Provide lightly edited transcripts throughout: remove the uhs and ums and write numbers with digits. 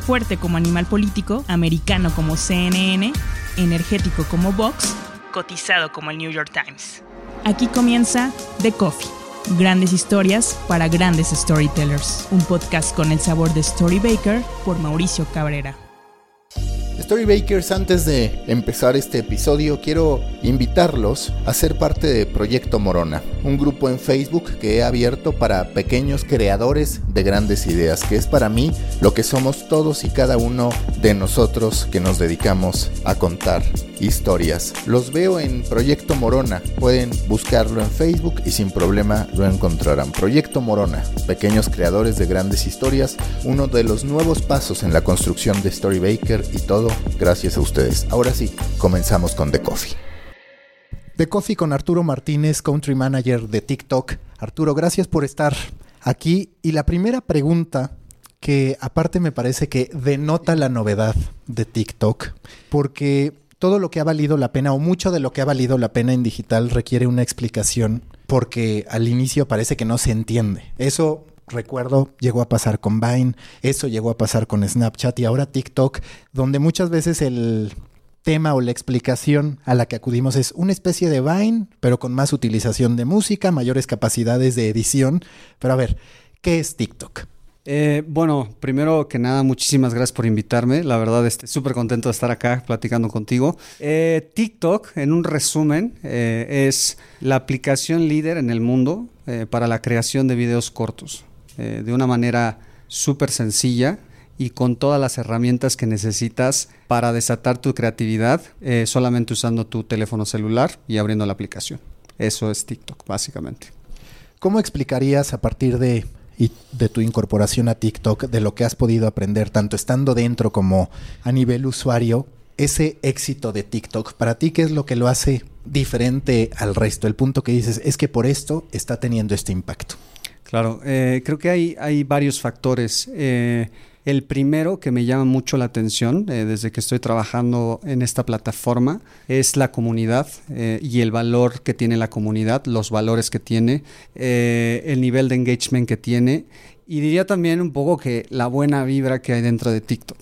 Fuerte como animal político, americano como CNN, energético como Vox, cotizado como el New York Times. Aquí comienza The Coffee. Grandes historias para grandes storytellers. Un podcast con el sabor de Storybaker por Mauricio Cabrera. Storybakers, antes de empezar este episodio, quiero invitarlos a ser parte de Proyecto Morona, un grupo en Facebook que he abierto para pequeños creadores de grandes ideas, que es para mí lo que somos todos y cada uno de nosotros que nos dedicamos a contar historias. Los veo en Proyecto Morona, pueden buscarlo en Facebook y sin problema lo encontrarán. Proyecto Morona, pequeños creadores de grandes historias, uno de los nuevos pasos en la construcción de Storybaker, y todo gracias a ustedes. Ahora sí, comenzamos con The Coffee. The Coffee con Arturo Martínez, Country Manager de TikTok. Arturo, gracias por estar aquí. Y la primera pregunta, que aparte me parece que denota la novedad de TikTok, porque todo lo que ha valido la pena, o mucho de lo que ha valido la pena en digital, requiere una explicación, porque al inicio parece que no se entiende. Eso, recuerdo, llegó a pasar con Vine, eso llegó a pasar con Snapchat y ahora TikTok, donde muchas veces el tema o la explicación a la que acudimos es una especie de Vine, pero con más utilización de música, mayores capacidades de edición. Pero a ver, ¿qué es TikTok? Bueno, primero que nada, muchísimas gracias por invitarme. La verdad, súper contento de estar acá platicando contigo. TikTok, en un resumen, es la aplicación líder en el mundo para la creación de videos cortos. De una manera súper sencilla y con todas las herramientas que necesitas para desatar tu creatividad, solamente usando tu teléfono celular y abriendo la aplicación. Eso es TikTok, básicamente. ¿Cómo explicarías a partir de tu incorporación a TikTok, de lo que has podido aprender, tanto estando dentro como a nivel usuario, ese éxito de TikTok? Para ti, ¿qué es lo que lo hace diferente al resto? El punto que dices es que por esto está teniendo este impacto. Claro, creo que hay varios factores. El primero que me llama mucho la atención desde que estoy trabajando en esta plataforma es la comunidad y el valor que tiene la comunidad, los valores que tiene, el nivel de engagement que tiene, y diría también un poco que la buena vibra que hay dentro de TikTok.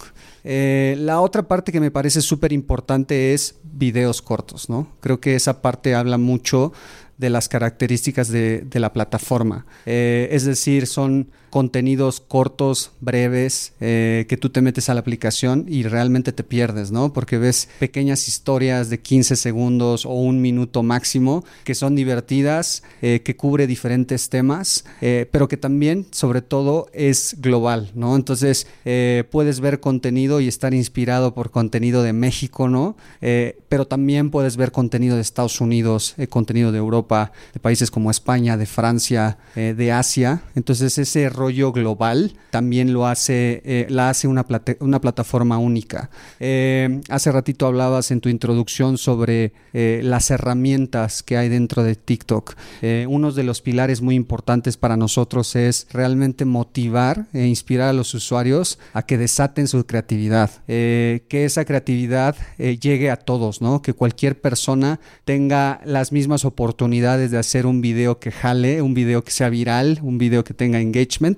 La otra parte que me parece súper importante es videos cortos, ¿no? Creo que esa parte habla mucho de las características de la plataforma. Es decir, son contenidos cortos, breves, que tú te metes a la aplicación y realmente te pierdes, ¿no? Porque ves pequeñas historias de 15 segundos o 1 minuto máximo que son divertidas, que cubre diferentes temas, pero que también, sobre todo, es global, ¿no? Entonces, puedes ver contenido y estar inspirado por contenido de México, ¿no? Pero también puedes ver contenido de Estados Unidos, contenido de Europa, de países como España, de Francia, de Asia. Entonces, ese rollo global también la hace una plataforma única. Hace ratito hablabas en tu introducción sobre las herramientas que hay dentro de TikTok. Uno de los pilares muy importantes para nosotros es realmente motivar e inspirar a los usuarios a que desaten su creatividad, que esa creatividad llegue a todos, ¿no? Que cualquier persona tenga las mismas oportunidades de hacer un video que jale, un video que sea viral, un video que tenga engagement,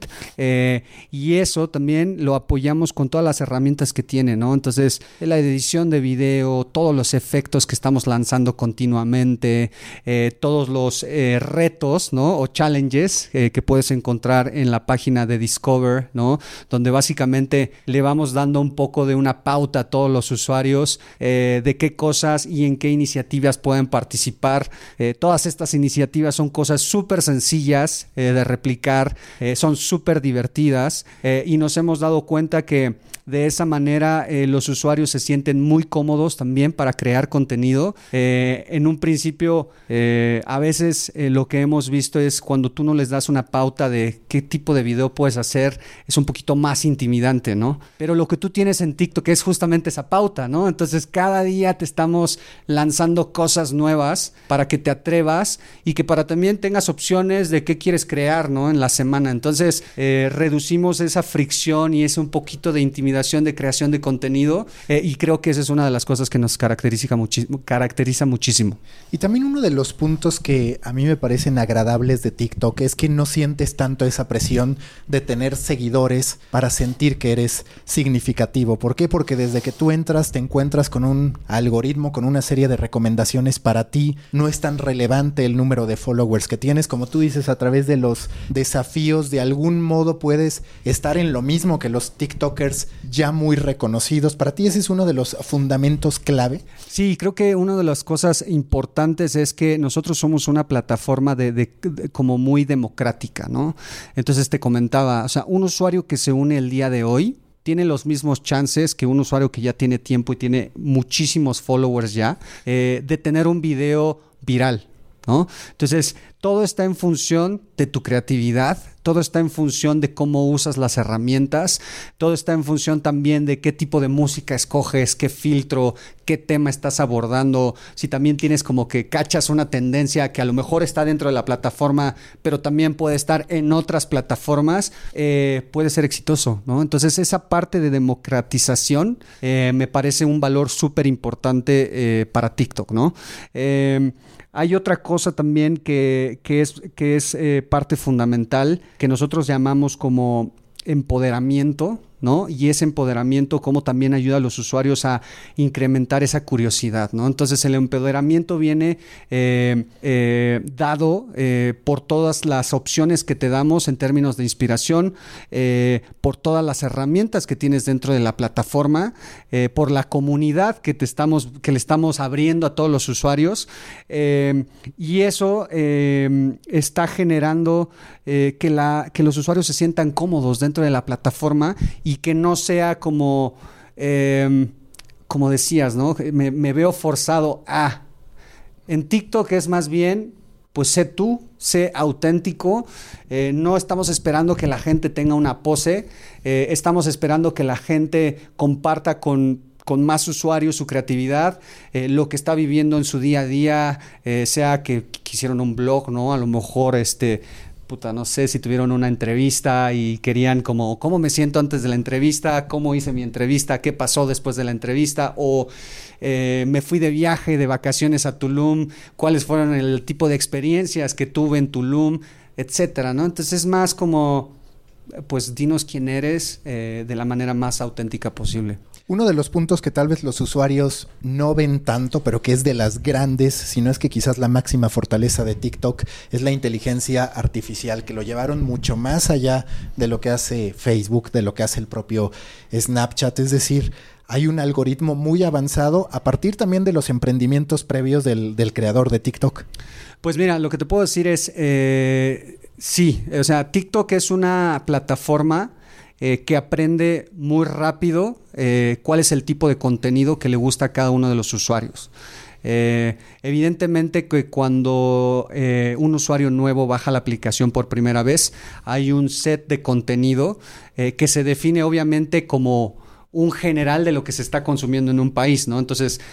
y eso también lo apoyamos con todas las herramientas que tiene, ¿no? Entonces, la edición de video, todos los efectos que estamos lanzando continuamente, todos los retos, ¿no? O challenges que puedes encontrar en la página de Discover, ¿no? Donde básicamente le vamos dando un poco de una pauta a todos los usuarios de qué cosas y en qué iniciativas pueden participar. Todas estas iniciativas son cosas súper sencillas de replicar, son súper divertidas, y nos hemos dado cuenta que de esa manera los usuarios se sienten muy cómodos también para crear contenido. En un principio, a veces lo que hemos visto es cuando tú no les das una pauta de qué tipo de video puedes hacer, es un poquito más intimidante, ¿no? Pero lo que tú tienes en TikTok es justamente esa pauta, ¿no? Entonces cada día te estamos lanzando cosas nuevas para que te atrevas y que para también tengas opciones de qué quieres crear, ¿no? En la semana. Entonces reducimos esa fricción y ese un poquito de intimidación inspiración, de creación de contenido, y creo que esa es una de las cosas que nos caracteriza muchísimo. Y también uno de los puntos que a mí me parecen agradables de TikTok es que no sientes tanto esa presión de tener seguidores para sentir que eres significativo. ¿Por qué? Porque desde que tú entras te encuentras con un algoritmo, con una serie de recomendaciones para ti. No es tan relevante el número de followers que tienes. Como tú dices, a través de los desafíos, de algún modo puedes estar en lo mismo que los TikTokers ya muy reconocidos. Para ti ese es uno de los fundamentos clave. Sí, creo que una de las cosas importantes es que nosotros somos una plataforma de como muy democrática, ¿no? Entonces te comentaba, o sea, un usuario que se une el día de hoy tiene los mismos chances que un usuario que ya tiene tiempo y tiene muchísimos followers ya, de tener un video viral, ¿no? Entonces, todo está en función de tu creatividad, todo está en función de cómo usas las herramientas, todo está en función también de qué tipo de música escoges, qué filtro, qué tema estás abordando, si también tienes como que cachas una tendencia que a lo mejor está dentro de la plataforma, pero también puede estar en otras plataformas, puede ser exitoso, ¿no? Entonces, esa parte de democratización me parece un valor súper importante para TikTok, ¿no? Hay otra cosa también que es parte fundamental que nosotros llamamos como empoderamiento, ¿no? Y ese empoderamiento como también ayuda a los usuarios a incrementar esa curiosidad, ¿no? Entonces el empoderamiento viene dado por todas las opciones que te damos en términos de inspiración, por todas las herramientas que tienes dentro de la plataforma, por la comunidad que le estamos abriendo a todos los usuarios, y eso está generando que los usuarios se sientan cómodos dentro de la plataforma y que no sea como decías, ¿no? Me veo forzado a... En TikTok es más bien, pues sé tú, sé auténtico, no estamos esperando que la gente tenga una pose, estamos esperando que la gente comparta con más usuarios su creatividad, lo que está viviendo en su día a día, sea que hicieron un blog, ¿no? A lo mejor no sé si tuvieron una entrevista y querían como, ¿cómo me siento antes de la entrevista? ¿Cómo hice mi entrevista? ¿Qué pasó después de la entrevista? O me fui de viaje, de vacaciones a Tulum, ¿cuáles fueron el tipo de experiencias que tuve en Tulum? Etcétera, ¿no? Entonces es más como, pues dinos quién eres de la manera más auténtica posible. Uno de los puntos que tal vez los usuarios no ven tanto, pero que es de las grandes, si no es que quizás la máxima fortaleza de TikTok, es la inteligencia artificial, que lo llevaron mucho más allá de lo que hace Facebook, de lo que hace el propio Snapchat. Es decir, hay un algoritmo muy avanzado a partir también de los emprendimientos previos del creador de TikTok. Pues mira, lo que te puedo decir es, sí, o sea, TikTok es una plataforma que aprende muy rápido cuál es el tipo de contenido que le gusta a cada uno de los usuarios. Evidentemente que cuando un usuario nuevo baja la aplicación por primera vez, hay un set de contenido que se define obviamente como un general de lo que se está consumiendo en un país, ¿no? Entonces,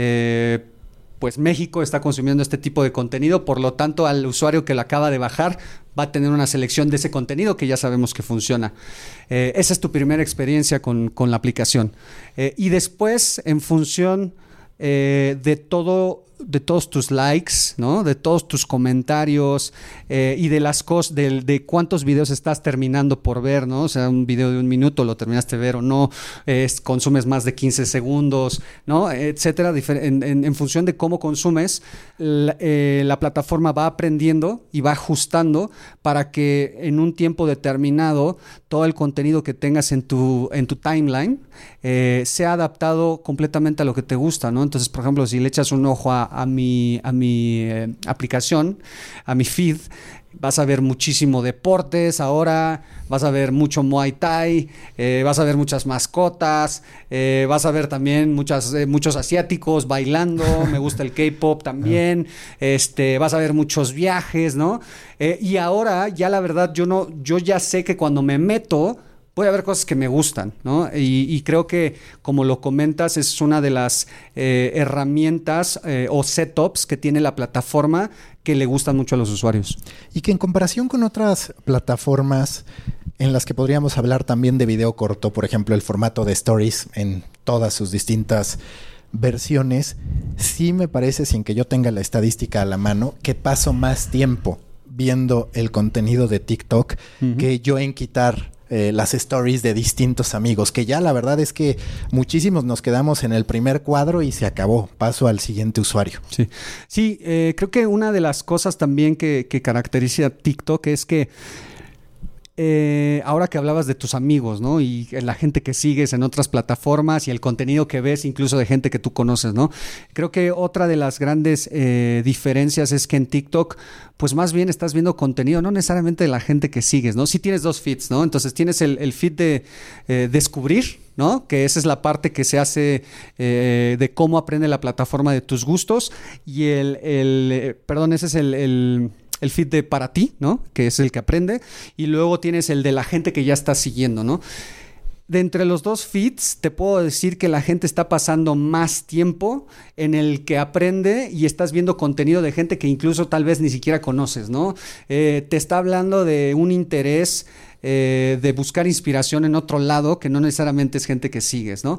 pues México está consumiendo este tipo de contenido, por lo tanto al usuario que lo acaba de bajar va a tener una selección de ese contenido que ya sabemos que funciona. Esa es tu primera experiencia con la aplicación. Y después, en función de todos tus likes, ¿no? De todos tus comentarios y de las cosas, de cuántos videos estás terminando por ver, ¿no? O sea, un video de 1 minuto, ¿lo terminaste de ver o no? Consumes más de 15 segundos, ¿no? Etcétera. En función de cómo consumes, la plataforma va aprendiendo y va ajustando para que en un tiempo determinado todo el contenido que tengas en tu timeline sea adaptado completamente a lo que te gusta, ¿no? Entonces, por ejemplo, si le echas un ojo a mi aplicación, a mi feed, vas a ver muchísimo deportes ahora, vas a ver mucho Muay Thai, vas a ver muchas mascotas, vas a ver también muchos asiáticos bailando, me gusta el K-pop también, vas a ver muchos viajes, ¿no? Y ahora ya la verdad yo ya sé que cuando me meto puede haber cosas que me gustan, ¿no? Y creo que, como lo comentas, es una de las herramientas o setups que tiene la plataforma que le gustan mucho a los usuarios. Y que en comparación con otras plataformas en las que podríamos hablar también de video corto, por ejemplo, el formato de Stories en todas sus distintas versiones, sí me parece, sin que yo tenga la estadística a la mano, que paso más tiempo viendo el contenido de TikTok que yo en quitar las stories de distintos amigos, que ya la verdad es que muchísimos nos quedamos en el primer cuadro y se acabó, paso al siguiente usuario. Sí, creo que una de las cosas también que caracteriza a TikTok es que ahora que hablabas de tus amigos, ¿no? Y la gente que sigues en otras plataformas y el contenido que ves incluso de gente que tú conoces, ¿no? Creo que otra de las grandes diferencias es que en TikTok, pues más bien estás viendo contenido, no necesariamente de la gente que sigues, ¿no? Sí tienes dos feeds, ¿no? Entonces tienes el feed de descubrir, ¿no? Que esa es la parte que se hace de cómo aprende la plataforma de tus gustos, y ese es el feed de para ti, ¿no? Que es el que aprende, y luego tienes el de la gente que ya estás siguiendo, ¿no? De entre los dos feeds, te puedo decir que la gente está pasando más tiempo en el que aprende y estás viendo contenido de gente que incluso tal vez ni siquiera conoces, ¿no? Te está hablando de un interés de buscar inspiración en otro lado que no necesariamente es gente que sigues, ¿no?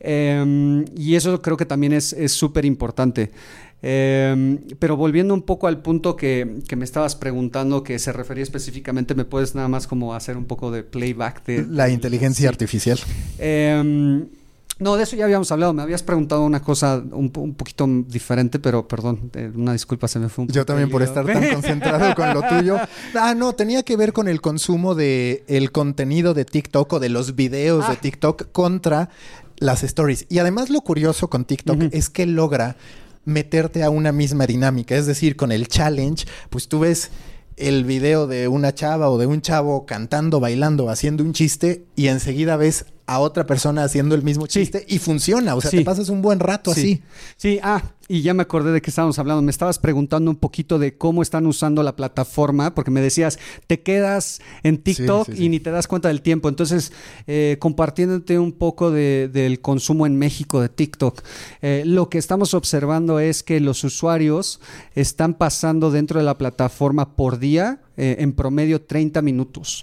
Y eso creo que también es súper importante. Pero volviendo un poco al punto que me estabas preguntando, que se refería específicamente, ¿me puedes nada más como hacer un poco de playback de la inteligencia artificial? No, de eso ya habíamos hablado. Me habías preguntado una cosa un poquito diferente, pero perdón, una disculpa, se me fue un poco. Yo también por estar tan concentrado con lo tuyo. No, tenía que ver con el consumo de el contenido de TikTok o de los videos de TikTok contra las stories. Y además lo curioso con TikTok es que logra meterte a una misma dinámica. Es decir, con el challenge, pues tú ves el video de una chava o de un chavo cantando, bailando, haciendo un chiste, y enseguida ves a otra persona haciendo el mismo chiste y funciona. O sea, te pasas un buen rato así. Sí, y ya me acordé de qué estábamos hablando. Me estabas preguntando un poquito de cómo están usando la plataforma, porque me decías, te quedas en TikTok y ni te das cuenta del tiempo. Entonces, compartiéndote un poco del consumo en México de TikTok, lo que estamos observando es que los usuarios están pasando dentro de la plataforma por día en promedio 30 minutos.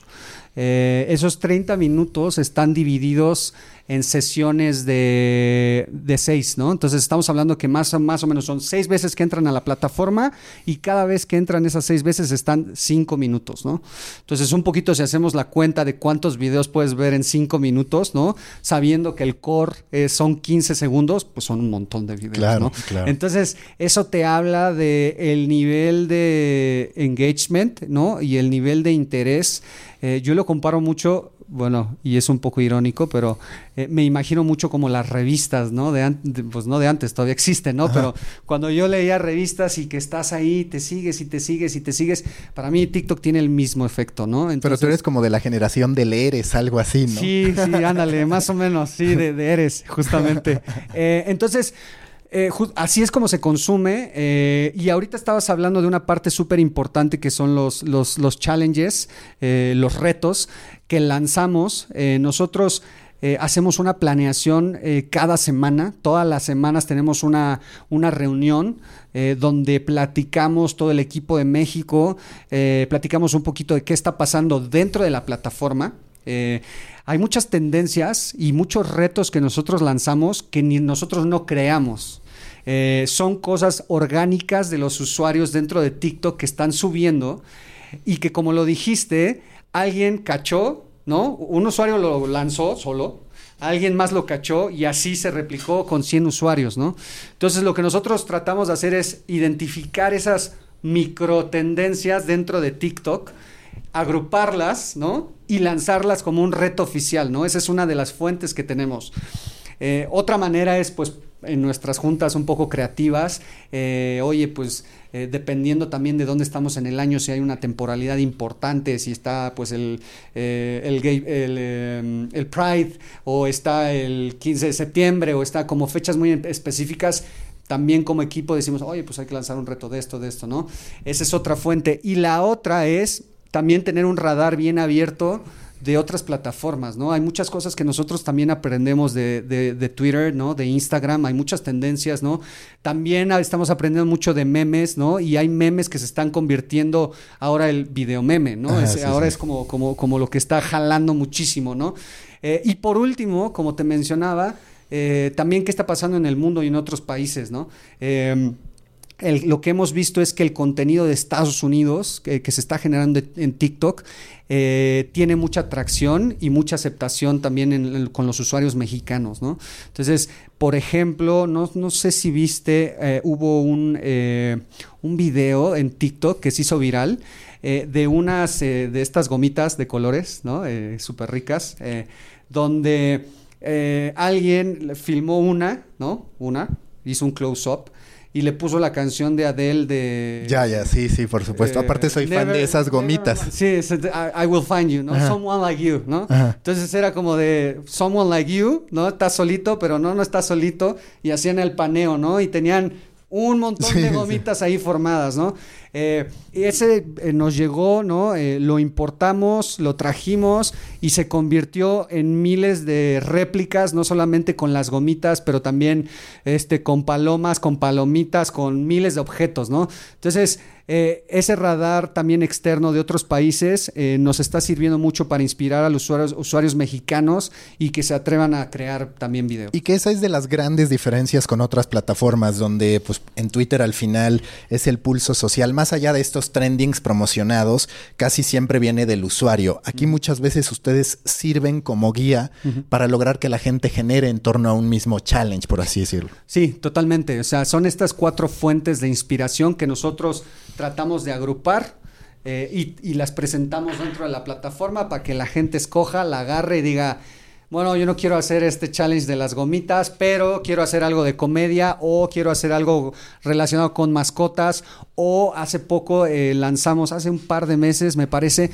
Esos 30 minutos están divididos en sesiones de 6, ¿no? Entonces estamos hablando que más o menos son 6 veces que entran a la plataforma, y cada vez que entran esas 6 veces están 5 minutos, ¿no? Entonces un poquito, si hacemos la cuenta de cuántos videos puedes ver en 5 minutos, ¿no? Sabiendo que el core son 15 segundos, pues son un montón de videos, ¿no? Claro. Entonces eso te habla de el nivel de engagement, ¿no? Y el nivel de interés. Yo lo comparo mucho, bueno, y es un poco irónico, pero me imagino mucho como las revistas, ¿no? Pues no de antes, todavía existen, ¿no? Ajá. Pero cuando yo leía revistas y que estás ahí, te sigues y te sigues y te sigues, para mí TikTok tiene el mismo efecto, ¿no? Entonces, pero tú eres como de la generación del Eres, algo así, ¿no? Sí, ándale, más o menos, sí, de Eres, justamente. Entonces, así es como se consume, y ahorita estabas hablando de una parte súper importante que son los challenges, los retos que lanzamos. Nosotros hacemos una planeación cada semana. Todas las semanas tenemos una reunión donde platicamos todo el equipo de México, platicamos un poquito de qué está pasando dentro de la plataforma. Hay muchas tendencias y muchos retos que nosotros lanzamos que ni nosotros no creamos. Son cosas orgánicas de los usuarios dentro de TikTok que están subiendo, y que, como lo dijiste, alguien cachó, ¿no? Un usuario lo lanzó solo, alguien más lo cachó y así se replicó con 100 usuarios, ¿no? Entonces lo que nosotros tratamos de hacer es identificar esas microtendencias dentro de TikTok, agruparlas, ¿no? Y lanzarlas como un reto oficial, ¿no? Esa es una de las fuentes que tenemos. Otra manera es, pues, en nuestras juntas un poco creativas, dependiendo también de dónde estamos en el año, si hay una temporalidad importante, si está pues el Pride, o está el 15 de septiembre, o está como fechas muy específicas. También como equipo decimos, oye, pues hay que lanzar un reto de esto, ¿no? Esa es otra fuente. Y la otra es también tener un radar bien abierto de otras plataformas, ¿no? Hay muchas cosas que nosotros también aprendemos de Twitter, ¿no? De Instagram, hay muchas tendencias, ¿no? También estamos aprendiendo mucho de memes, ¿no? Y hay memes que se están convirtiendo ahora el video meme, ¿no? Ahora es como lo que está jalando muchísimo, ¿no? Y por último, como te mencionaba, también qué está pasando en el mundo y en otros países, ¿no? Lo que hemos visto es que el contenido de Estados Unidos que se está generando en TikTok tiene mucha atracción y mucha aceptación también con los usuarios mexicanos, ¿no? Entonces, por ejemplo, no sé si viste, hubo un video en TikTok que se hizo viral de unas de estas gomitas de colores, ¿no? Súper ricas, donde alguien filmó ¿no? Hizo un close-up y le puso la canción de Adele de... Sí, por supuesto. Aparte soy fan de esas gomitas. Sí, I Will Find You, ¿no? Ajá. Someone Like You, ¿no? Ajá. Entonces era como de Someone Like You, ¿no? Estás solito, pero no estás solito. Y hacían el paneo, ¿no? Y tenían un montón de gomitas ahí formadas, ¿no? Ese nos llegó, ¿no? Lo importamos, lo trajimos y se convirtió en miles de réplicas, no solamente con las gomitas, pero también con palomas, con palomitas, con miles de objetos, ¿no? Entonces, ese radar también externo de otros países nos está sirviendo mucho para inspirar a los usuarios mexicanos y que se atrevan a crear también video. Y que esa es de las grandes diferencias con otras plataformas donde pues en Twitter al final es el pulso social. Más allá de estos trendings promocionados, casi siempre viene del usuario. Aquí muchas veces ustedes sirven como guía para lograr que la gente genere en torno a un mismo challenge, por así decirlo. Sí, totalmente. O sea, son estas 4 fuentes de inspiración que nosotros tratamos de agrupar y las presentamos dentro de la plataforma para que la gente escoja, la agarre y diga, bueno, yo no quiero hacer este challenge de las gomitas, pero quiero hacer algo de comedia o quiero hacer algo relacionado con mascotas. O hace poco lanzamos, hace un par de meses me parece,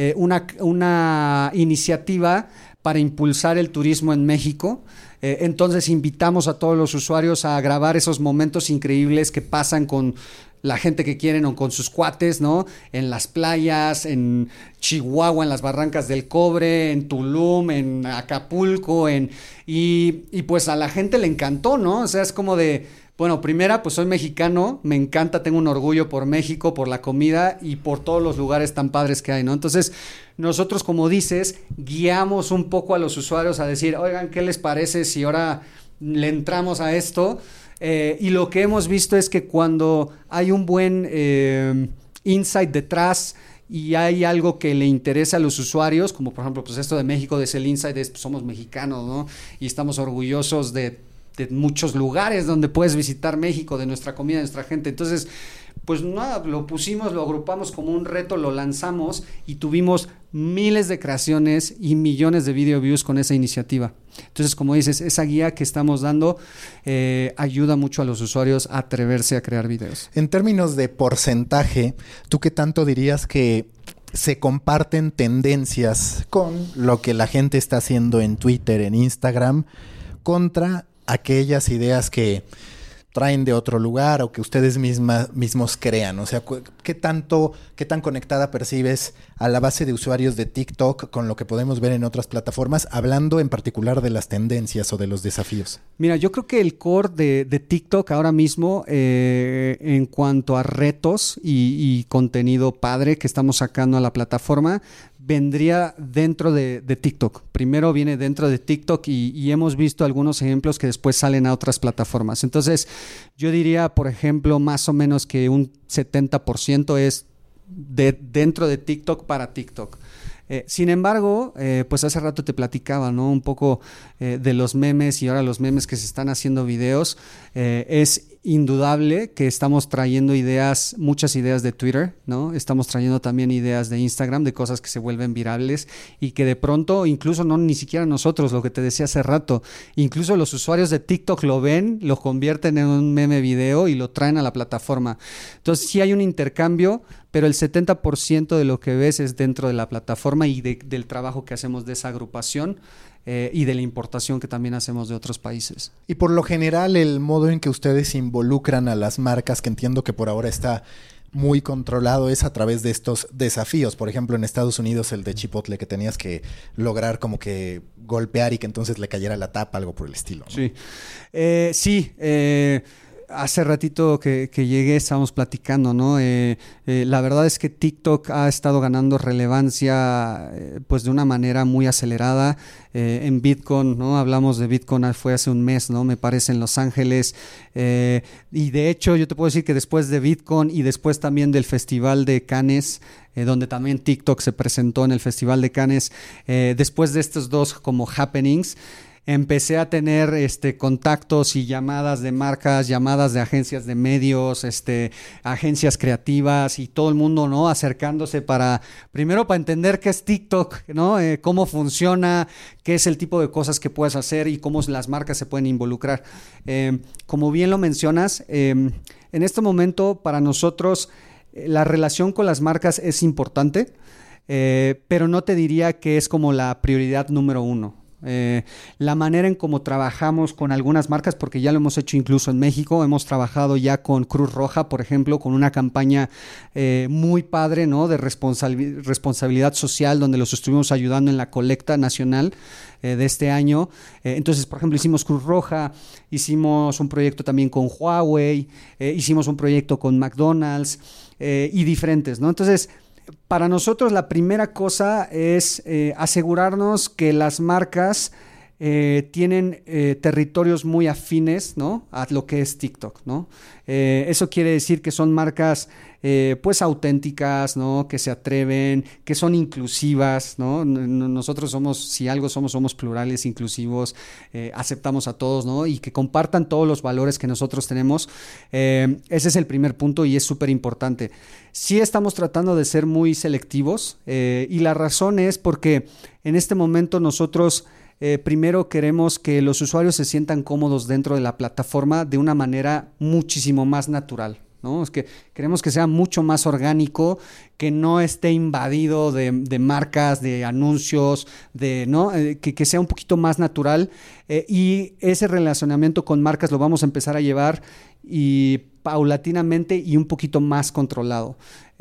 una iniciativa para impulsar el turismo en México. Entonces invitamos a todos los usuarios a grabar esos momentos increíbles que pasan con la gente que quieren o con sus cuates, ¿no? En las playas, en Chihuahua, en las Barrancas del Cobre, en Tulum, en Acapulco, y pues a la gente le encantó, ¿no? O sea, es como de, bueno, primera, pues soy mexicano, me encanta, tengo un orgullo por México, por la comida y por todos los lugares tan padres que hay, ¿no? Entonces, nosotros, como dices, guiamos un poco a los usuarios a decir, oigan, ¿qué les parece si ahora le entramos a esto? Y lo que hemos visto es que cuando hay un buen insight detrás y hay algo que le interesa a los usuarios, como por ejemplo pues esto de México, de ese insight es pues, somos mexicanos, ¿no? Y estamos orgullosos de muchos lugares donde puedes visitar México, de nuestra comida, de nuestra gente. Entonces, pues nada, lo pusimos, lo agrupamos como un reto, lo lanzamos y tuvimos miles de creaciones y millones de video views con esa iniciativa. Entonces, como dices, esa guía que estamos dando ayuda mucho a los usuarios a atreverse a crear videos. En términos de porcentaje, ¿tú qué tanto dirías que se comparten tendencias con lo que la gente está haciendo en Twitter, en Instagram, contra aquellas ideas que traen de otro lugar o que ustedes mismos crean? O sea, ¿qué tan conectada percibes a la base de usuarios de TikTok con lo que podemos ver en otras plataformas, hablando en particular de las tendencias o de los desafíos? Mira, yo creo que el core de TikTok ahora mismo, en cuanto a retos y contenido padre que estamos sacando a la plataforma, vendría dentro de TikTok. Primero viene dentro de TikTok y hemos visto algunos ejemplos que después salen a otras plataformas. Entonces, yo diría, por ejemplo, más o menos que un 70% es dentro de TikTok para TikTok. Sin embargo, pues hace rato te platicaba, ¿no? Un poco de los memes y ahora los memes que se están haciendo videos. Es indudable que estamos trayendo muchas ideas de Twitter, ¿no? Estamos trayendo también ideas de Instagram, de cosas que se vuelven virales y que de pronto, incluso no ni siquiera nosotros, lo que te decía hace rato, incluso los usuarios de TikTok lo ven, lo convierten en un meme video y lo traen a la plataforma. Entonces sí hay un intercambio, pero el 70% de lo que ves es dentro de la plataforma y del trabajo que hacemos de esa agrupación y de la importación que también hacemos de otros países. Y por lo general, el modo en que ustedes involucran a las marcas, que entiendo que por ahora está muy controlado es a través de estos desafíos. Por ejemplo, en Estados Unidos el de Chipotle, que tenías que lograr como que golpear y que entonces le cayera la tapa, algo por el estilo, ¿no? Sí. Hace ratito que llegué estábamos platicando, ¿no? La verdad es que TikTok ha estado ganando relevancia pues de una manera muy acelerada. En Bitcoin, ¿no? Hablamos de Bitcoin, fue hace un mes, ¿no? Me parece, en Los Ángeles. Y de hecho yo te puedo decir que después de Bitcoin y después también del Festival de Cannes, donde también TikTok se presentó en el Festival de Cannes, después de estos dos como happenings, empecé a tener contactos y llamadas de marcas, llamadas de agencias de medios, agencias creativas y todo el mundo, ¿no? Acercándose primero para entender qué es TikTok, ¿no? Cómo funciona, qué es el tipo de cosas que puedes hacer y cómo las marcas se pueden involucrar. Como bien lo mencionas, en este momento para nosotros la relación con las marcas es importante, pero no te diría que es como la prioridad número uno. La manera en cómo trabajamos con algunas marcas, porque ya lo hemos hecho incluso en México, hemos trabajado ya con Cruz Roja, por ejemplo, con una campaña muy padre, ¿no? De responsabilidad social, donde los estuvimos ayudando en la colecta nacional de este año. Entonces, por ejemplo, hicimos Cruz Roja, hicimos un proyecto también con Huawei, hicimos un proyecto con McDonald's y diferentes, ¿no? Entonces, para nosotros la primera cosa es asegurarnos que las marcas tienen territorios muy afines, ¿no? A lo que es TikTok, ¿no? Eso quiere decir que son marcas pues auténticas, ¿no? Que se atreven, que son inclusivas, ¿no? Nosotros si algo somos plurales, inclusivos, aceptamos a todos, ¿no? Y que compartan todos los valores que nosotros tenemos. Ese es el primer punto y es súper importante. Sí estamos tratando de ser muy selectivos y la razón es porque en este momento nosotros primero queremos que los usuarios se sientan cómodos dentro de la plataforma de una manera muchísimo más natural, ¿no? Es que queremos que sea mucho más orgánico, que no esté invadido de marcas, de anuncios, ¿no? Que sea un poquito más natural y ese relacionamiento con marcas lo vamos a empezar a llevar y paulatinamente y un poquito más controlado.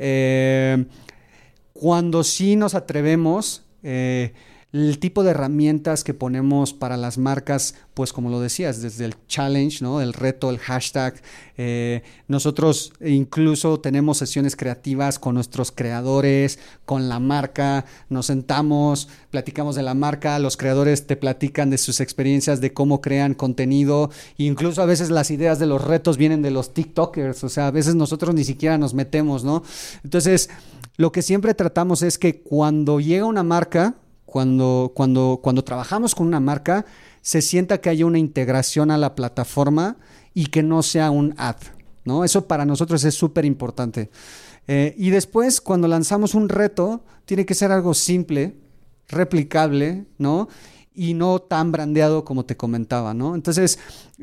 Cuando sí nos atrevemos, el tipo de herramientas que ponemos para las marcas, pues como lo decías, desde el challenge, ¿no? El reto, el hashtag. Nosotros incluso tenemos sesiones creativas con nuestros creadores, con la marca. Nos sentamos, platicamos de la marca, los creadores te platican de sus experiencias, de cómo crean contenido. Incluso a veces las ideas de los retos vienen de los TikTokers. O sea, a veces nosotros ni siquiera nos metemos, ¿no? Entonces, lo que siempre tratamos es que cuando llega una marca, cuando trabajamos con una marca, se sienta que haya una integración a la plataforma y que no sea un ad, ¿no? Eso para nosotros es súper importante. Y después, cuando lanzamos un reto, tiene que ser algo simple, replicable, ¿no? Y no tan brandeado como te comentaba, ¿no? Entonces,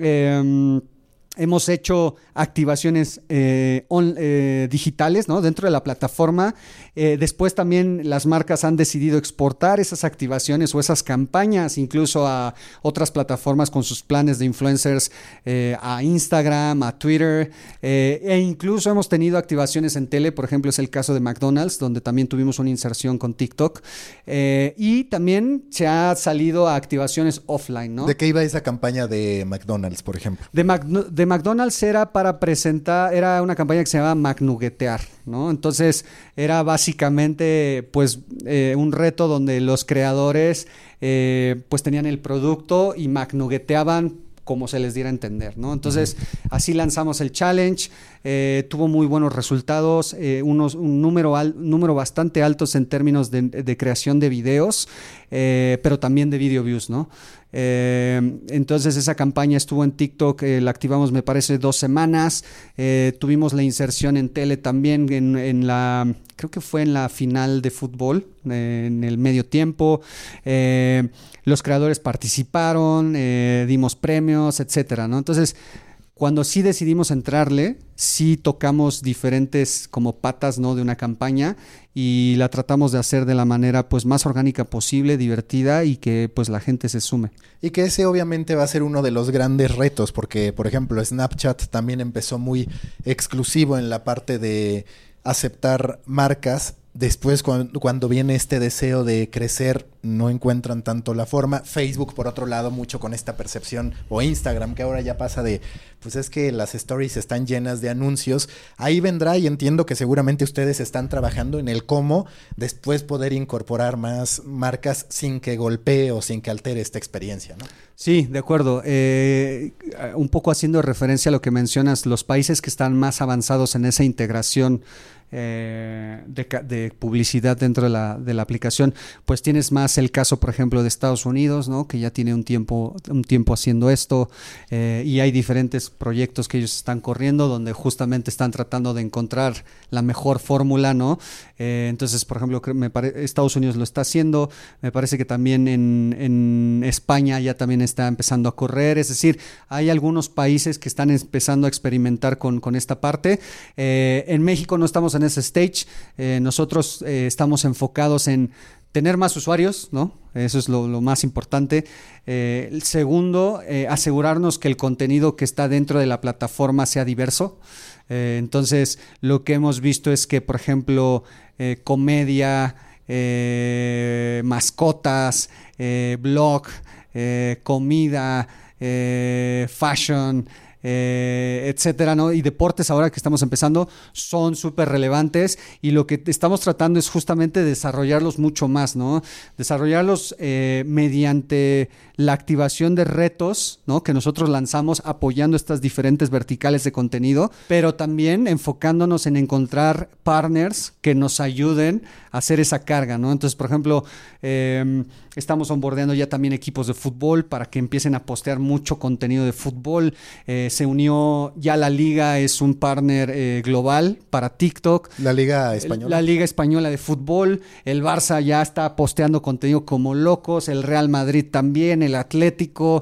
hemos hecho activaciones digitales, ¿no? Dentro de la plataforma. Después también las marcas han decidido exportar esas activaciones o esas campañas incluso a otras plataformas con sus planes de influencers, a Instagram, a Twitter, e incluso hemos tenido activaciones en tele. Por ejemplo, es el caso de McDonald's, donde también tuvimos una inserción con TikTok. Y también se ha salido a activaciones offline, ¿no? ¿De qué iba esa campaña de McDonald's, por ejemplo? De McDonald's era para presentar, era una campaña que se llamaba McNuggetear, ¿no? Entonces era básicamente pues un reto donde los creadores pues tenían el producto y McNuggeteaban como se les diera a entender, ¿no? Entonces, así lanzamos el challenge, tuvo muy buenos resultados, un número bastante altos en términos de creación de videos, pero también de video views, ¿no? Entonces esa campaña estuvo en TikTok, la activamos me parece 2 semanas, tuvimos la inserción en tele también creo que fue en la final de fútbol, en el medio tiempo. Los creadores participaron, dimos premios, etcétera, ¿no? Entonces, Cuando sí decidimos entrarle, sí tocamos diferentes como patas, ¿no?, de una campaña y la tratamos de hacer de la manera pues más orgánica posible, divertida y que pues la gente se sume. Y que ese obviamente va a ser uno de los grandes retos porque, por ejemplo, Snapchat también empezó muy exclusivo en la parte de aceptar marcas. Después, cuando viene este deseo de crecer, no encuentran tanto la forma. Facebook, por otro lado, mucho con esta percepción, o Instagram, que ahora ya pasa de, pues es que las stories están llenas de anuncios. Ahí vendrá, y entiendo que seguramente ustedes están trabajando en el cómo después poder incorporar más marcas sin que golpee o sin que altere esta experiencia, ¿no? Sí, de acuerdo. Un poco haciendo referencia a lo que mencionas, los países que están más avanzados en esa integración de publicidad dentro de la aplicación, pues tienes más el caso, por ejemplo, de Estados Unidos, ¿no?, que ya tiene un tiempo haciendo esto, y hay diferentes proyectos que ellos están corriendo donde justamente están tratando de encontrar la mejor fórmula, ¿no? Entonces, por ejemplo, Estados Unidos lo está haciendo, me parece que también en España ya también está empezando a correr, es decir, hay algunos países que están empezando a experimentar con esta parte. En México no estamos en ese stage, nosotros estamos enfocados en tener más usuarios, ¿no? Eso es lo más importante. El segundo, asegurarnos que el contenido que está dentro de la plataforma sea diverso. Entonces, lo que hemos visto es que, por ejemplo, comedia, mascotas, blog, comida, fashion, etcétera, ¿no? Y deportes, ahora que estamos empezando, son súper relevantes y lo que estamos tratando es justamente desarrollarlos mucho más, ¿no? Desarrollarlos mediante la activación de retos, ¿no?, que nosotros lanzamos apoyando estas diferentes verticales de contenido, pero también enfocándonos en encontrar partners que nos ayuden a hacer esa carga, ¿no? Entonces, por ejemplo, estamos onboardeando ya también equipos de fútbol para que empiecen a postear mucho contenido de fútbol. Se unió ya la Liga, es un partner global para TikTok. La Liga Española. La Liga Española de fútbol. El Barça ya está posteando contenido como locos. El Real Madrid también. El Atlético.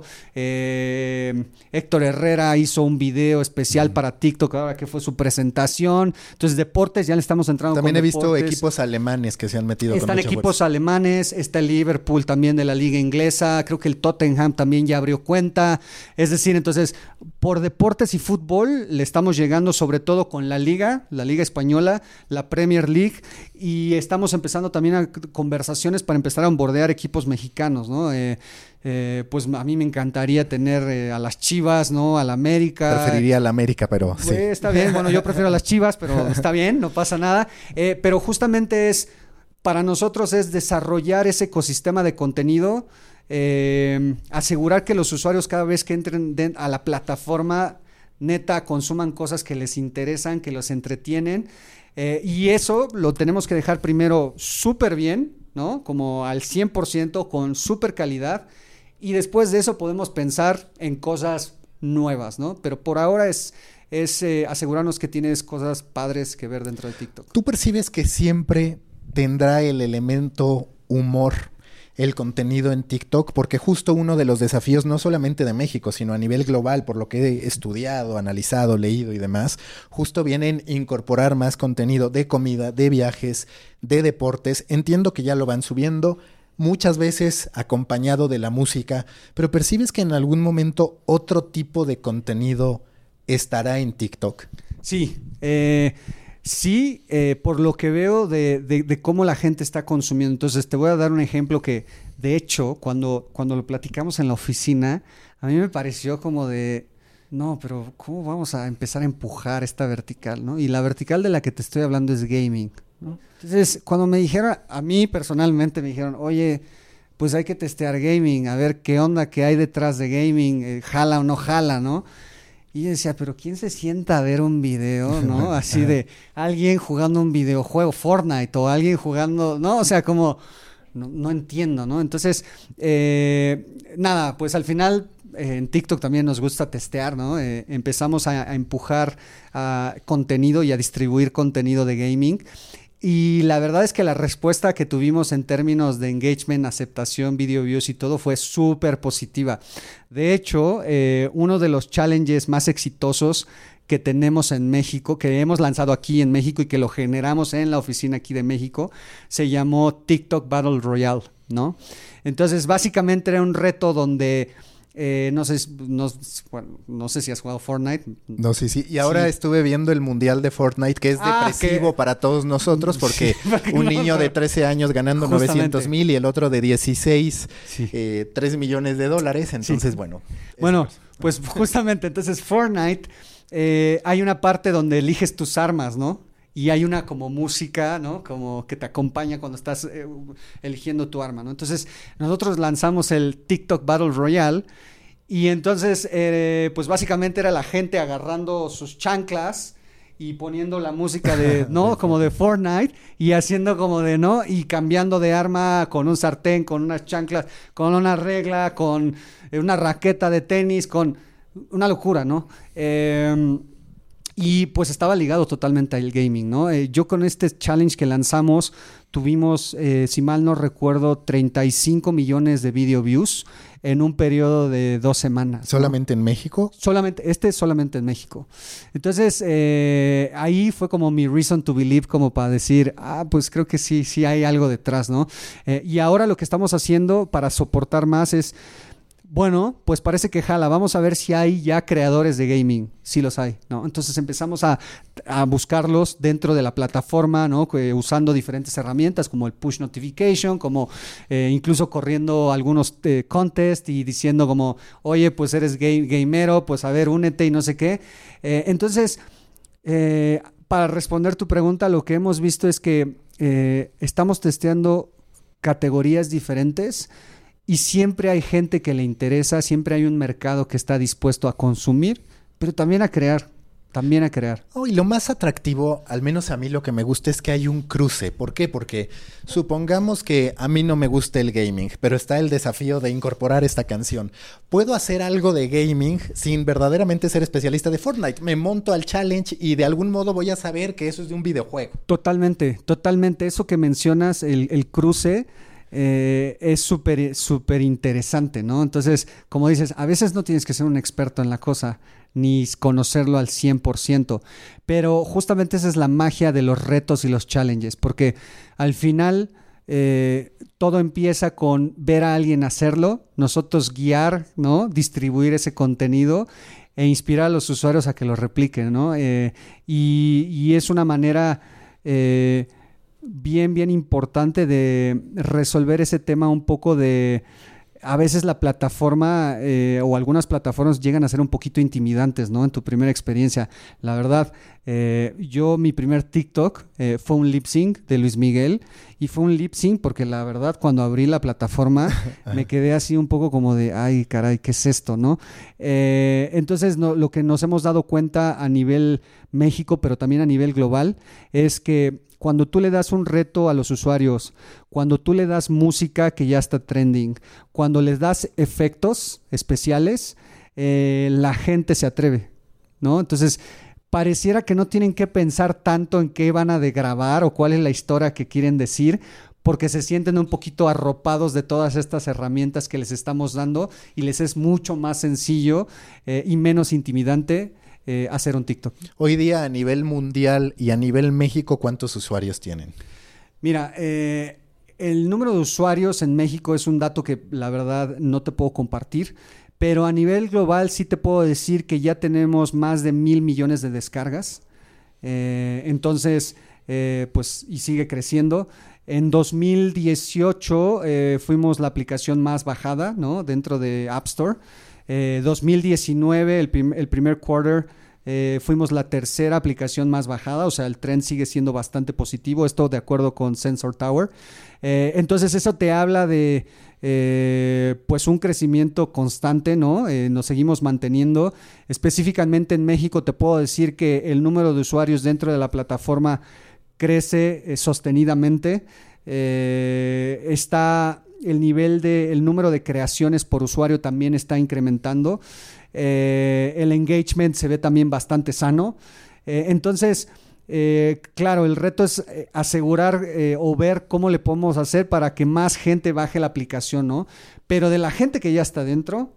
Héctor Herrera hizo un video especial para TikTok ahora que fue su presentación. Entonces, deportes, ya le estamos entrando también con he visto deportes. Equipos alemanes que se han metido Están con mucha equipos fuerza. alemanes, está el Liverpool también de la liga inglesa, creo que el Tottenham también ya abrió cuenta, es decir, entonces, por deportes y fútbol le estamos llegando sobre todo con la Liga Española, la Premier League, y estamos empezando también a conversaciones para empezar a onboardear equipos mexicanos, ¿no? Pues a mí me encantaría tener a las Chivas, ¿no?, a la América. Preferiría a la América, pero sí. Está bien, bueno, yo prefiero a las Chivas, pero está bien, no pasa nada, pero justamente para nosotros es desarrollar ese ecosistema de contenido, asegurar que los usuarios cada vez que entren a la plataforma neta consuman cosas que les interesan, que los entretienen, y eso lo tenemos que dejar primero súper bien, ¿no?, como al 100%, con súper calidad, y después de eso podemos pensar en cosas nuevas, ¿no? Pero por ahora es asegurarnos que tienes cosas padres que ver dentro de TikTok. ¿Tú percibes que siempre tendrá el elemento humor el contenido en TikTok? Porque justo uno de los desafíos, no solamente de México, sino a nivel global, por lo que he estudiado, analizado, leído y demás, justo vienen incorporar más contenido de comida, de viajes, de deportes. Entiendo que ya lo van subiendo, muchas veces acompañado de la música, pero ¿percibes que en algún momento otro tipo de contenido estará en TikTok? Sí, sí, por lo que veo de cómo la gente está consumiendo. Entonces te voy a dar un ejemplo que, de hecho, cuando lo platicamos en la oficina, a mí me pareció como de, no, pero ¿cómo vamos a empezar a empujar esta vertical, ¿no? Y la vertical de la que te estoy hablando es gaming, ¿no? Entonces, cuando me dijeron, a mí personalmente me dijeron, oye, pues hay que testear gaming, a ver qué onda, qué hay detrás de gaming, jala o no jala, ¿no? Y yo decía, pero ¿quién se sienta a ver un video, no? Así de alguien jugando un videojuego, Fortnite, o alguien jugando, ¿no? O sea, como, no entiendo, ¿no? Entonces, nada, pues al final en TikTok también nos gusta testear, ¿no? Empezamos a empujar contenido y a distribuir contenido de gaming. Y la verdad es que la respuesta que tuvimos en términos de engagement, aceptación, video views y todo fue súper positiva. De hecho, uno de los challenges más exitosos que tenemos en México, que hemos lanzado aquí en México y que lo generamos en la oficina aquí de México, se llamó TikTok Battle Royale, ¿no? Entonces, básicamente era un reto donde... no sé si has jugado Fortnite. No, sí. Y ahora estuve viendo el mundial de Fortnite, que es depresivo para todos nosotros, porque un niño de 13 años ganando 900,000 y el otro de 16, 3 millones de dólares. Entonces, bueno. Bueno, pues justamente, entonces Fortnite, hay una parte donde eliges tus armas, ¿no? Y hay una como música, ¿no? Como que te acompaña cuando estás eligiendo tu arma, ¿no? Entonces, nosotros lanzamos el TikTok Battle Royale y entonces, pues básicamente era la gente agarrando sus chanclas y poniendo la música de, ¿no? Como de Fortnite y haciendo como de, ¿no? Y cambiando de arma con un sartén, con unas chanclas, con una regla, con una raqueta de tenis, con una locura, ¿no? Y pues estaba ligado totalmente al gaming, ¿no? Yo con este challenge que lanzamos tuvimos, si mal no recuerdo, 35 millones de video views en un periodo de 2 semanas. ¿Solamente en México? Solamente en México. Entonces, ahí fue como mi reason to believe, como para decir, pues creo que sí hay algo detrás, ¿no? Y ahora lo que estamos haciendo para soportar más es... Bueno, pues parece que jala. Vamos a ver si hay ya creadores de gaming. Sí los hay, ¿no? Entonces empezamos a buscarlos dentro de la plataforma, ¿no? Usando diferentes herramientas como el push notification, como incluso corriendo algunos contests y diciendo como, oye, pues eres gamero, pues a ver, únete y no sé qué. Entonces, para responder tu pregunta, lo que hemos visto es que estamos testeando categorías diferentes. Y siempre hay gente que le interesa, siempre hay un mercado que está dispuesto a consumir, pero también a crear. Y lo más atractivo, al menos a mí lo que me gusta es que hay un cruce. ¿Por qué? Porque supongamos que a mí no me gusta el gaming, pero está el desafío de incorporar esta canción. ¿Puedo hacer algo de gaming sin verdaderamente ser especialista de Fortnite? Me monto al challenge y de algún modo voy a saber que eso es de un videojuego. Totalmente. Eso que mencionas, el cruce... es súper interesante, ¿no? Entonces, como dices, a veces no tienes que ser un experto en la cosa, ni conocerlo al 100%, pero justamente esa es la magia de los retos y los challenges, porque al final todo empieza con ver a alguien hacerlo, nosotros guiar, ¿no? Distribuir ese contenido e inspirar a los usuarios a que lo repliquen, ¿no? Y es una manera... bien importante de resolver ese tema un poco de... A veces la plataforma o algunas plataformas llegan a ser un poquito intimidantes, ¿no? En tu primera experiencia. La verdad, mi primer TikTok fue un lip sync de Luis Miguel y fue un lip sync porque la verdad cuando abrí la plataforma me quedé así un poco como de, ay caray, ¿qué es esto, no? Entonces lo que nos hemos dado cuenta a nivel México, pero también a nivel global, es que cuando tú le das un reto a los usuarios, cuando tú le das música que ya está trending, cuando les das efectos especiales, la gente se atreve, ¿no? Entonces, pareciera que no tienen que pensar tanto en qué van a grabar o cuál es la historia que quieren decir, porque se sienten un poquito arropados de todas estas herramientas que les estamos dando y les es mucho más sencillo y menos intimidante hacer un TikTok. Hoy día a nivel mundial y a nivel México, ¿cuántos usuarios tienen? Mira, el número de usuarios en México es un dato que la verdad no te puedo compartir, pero a nivel global sí te puedo decir que ya tenemos más de 1,000 millones de descargas. Entonces, pues, y sigue creciendo. En 2018 fuimos la aplicación más bajada, ¿no? Dentro de App Store. 2019, el primer quarter, fuimos la tercera aplicación más bajada, o sea, el trend sigue siendo bastante positivo, esto de acuerdo con Sensor Tower. Entonces eso te habla de pues un crecimiento constante, ¿no? Nos seguimos manteniendo. Específicamente en México te puedo decir que el número de usuarios dentro de la plataforma crece sostenidamente. Está el número de creaciones por usuario también está incrementando. El engagement se ve también bastante sano. Entonces, Claro, el reto es asegurar o ver cómo le podemos hacer para que más gente baje la aplicación, ¿no? Pero de la gente que ya está dentro,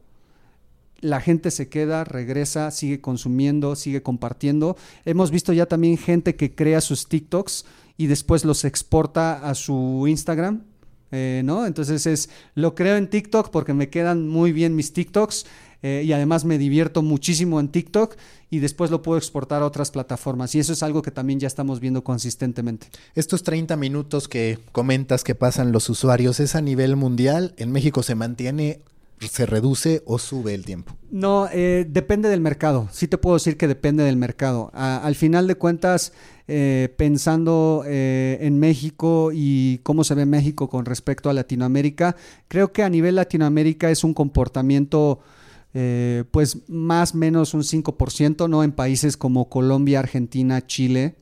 la gente se queda, regresa, sigue consumiendo, sigue compartiendo. Hemos visto ya también gente que crea sus TikToks y después los exporta a su Instagram, ¿no? Entonces lo creo en TikTok porque me quedan muy bien mis TikToks y además me divierto muchísimo en TikTok y después lo puedo exportar a otras plataformas y eso es algo que también ya estamos viendo consistentemente. Estos 30 minutos que comentas que pasan los usuarios, ¿es a nivel mundial? ¿En México se mantiene, se reduce o sube el tiempo? No, depende del mercado. Sí te puedo decir que depende del mercado. Al final de cuentas, pensando en México y cómo se ve México con respecto a Latinoamérica, creo que a nivel Latinoamérica es un comportamiento pues más o menos un 5%, ¿no? En países como Colombia, Argentina, Chile.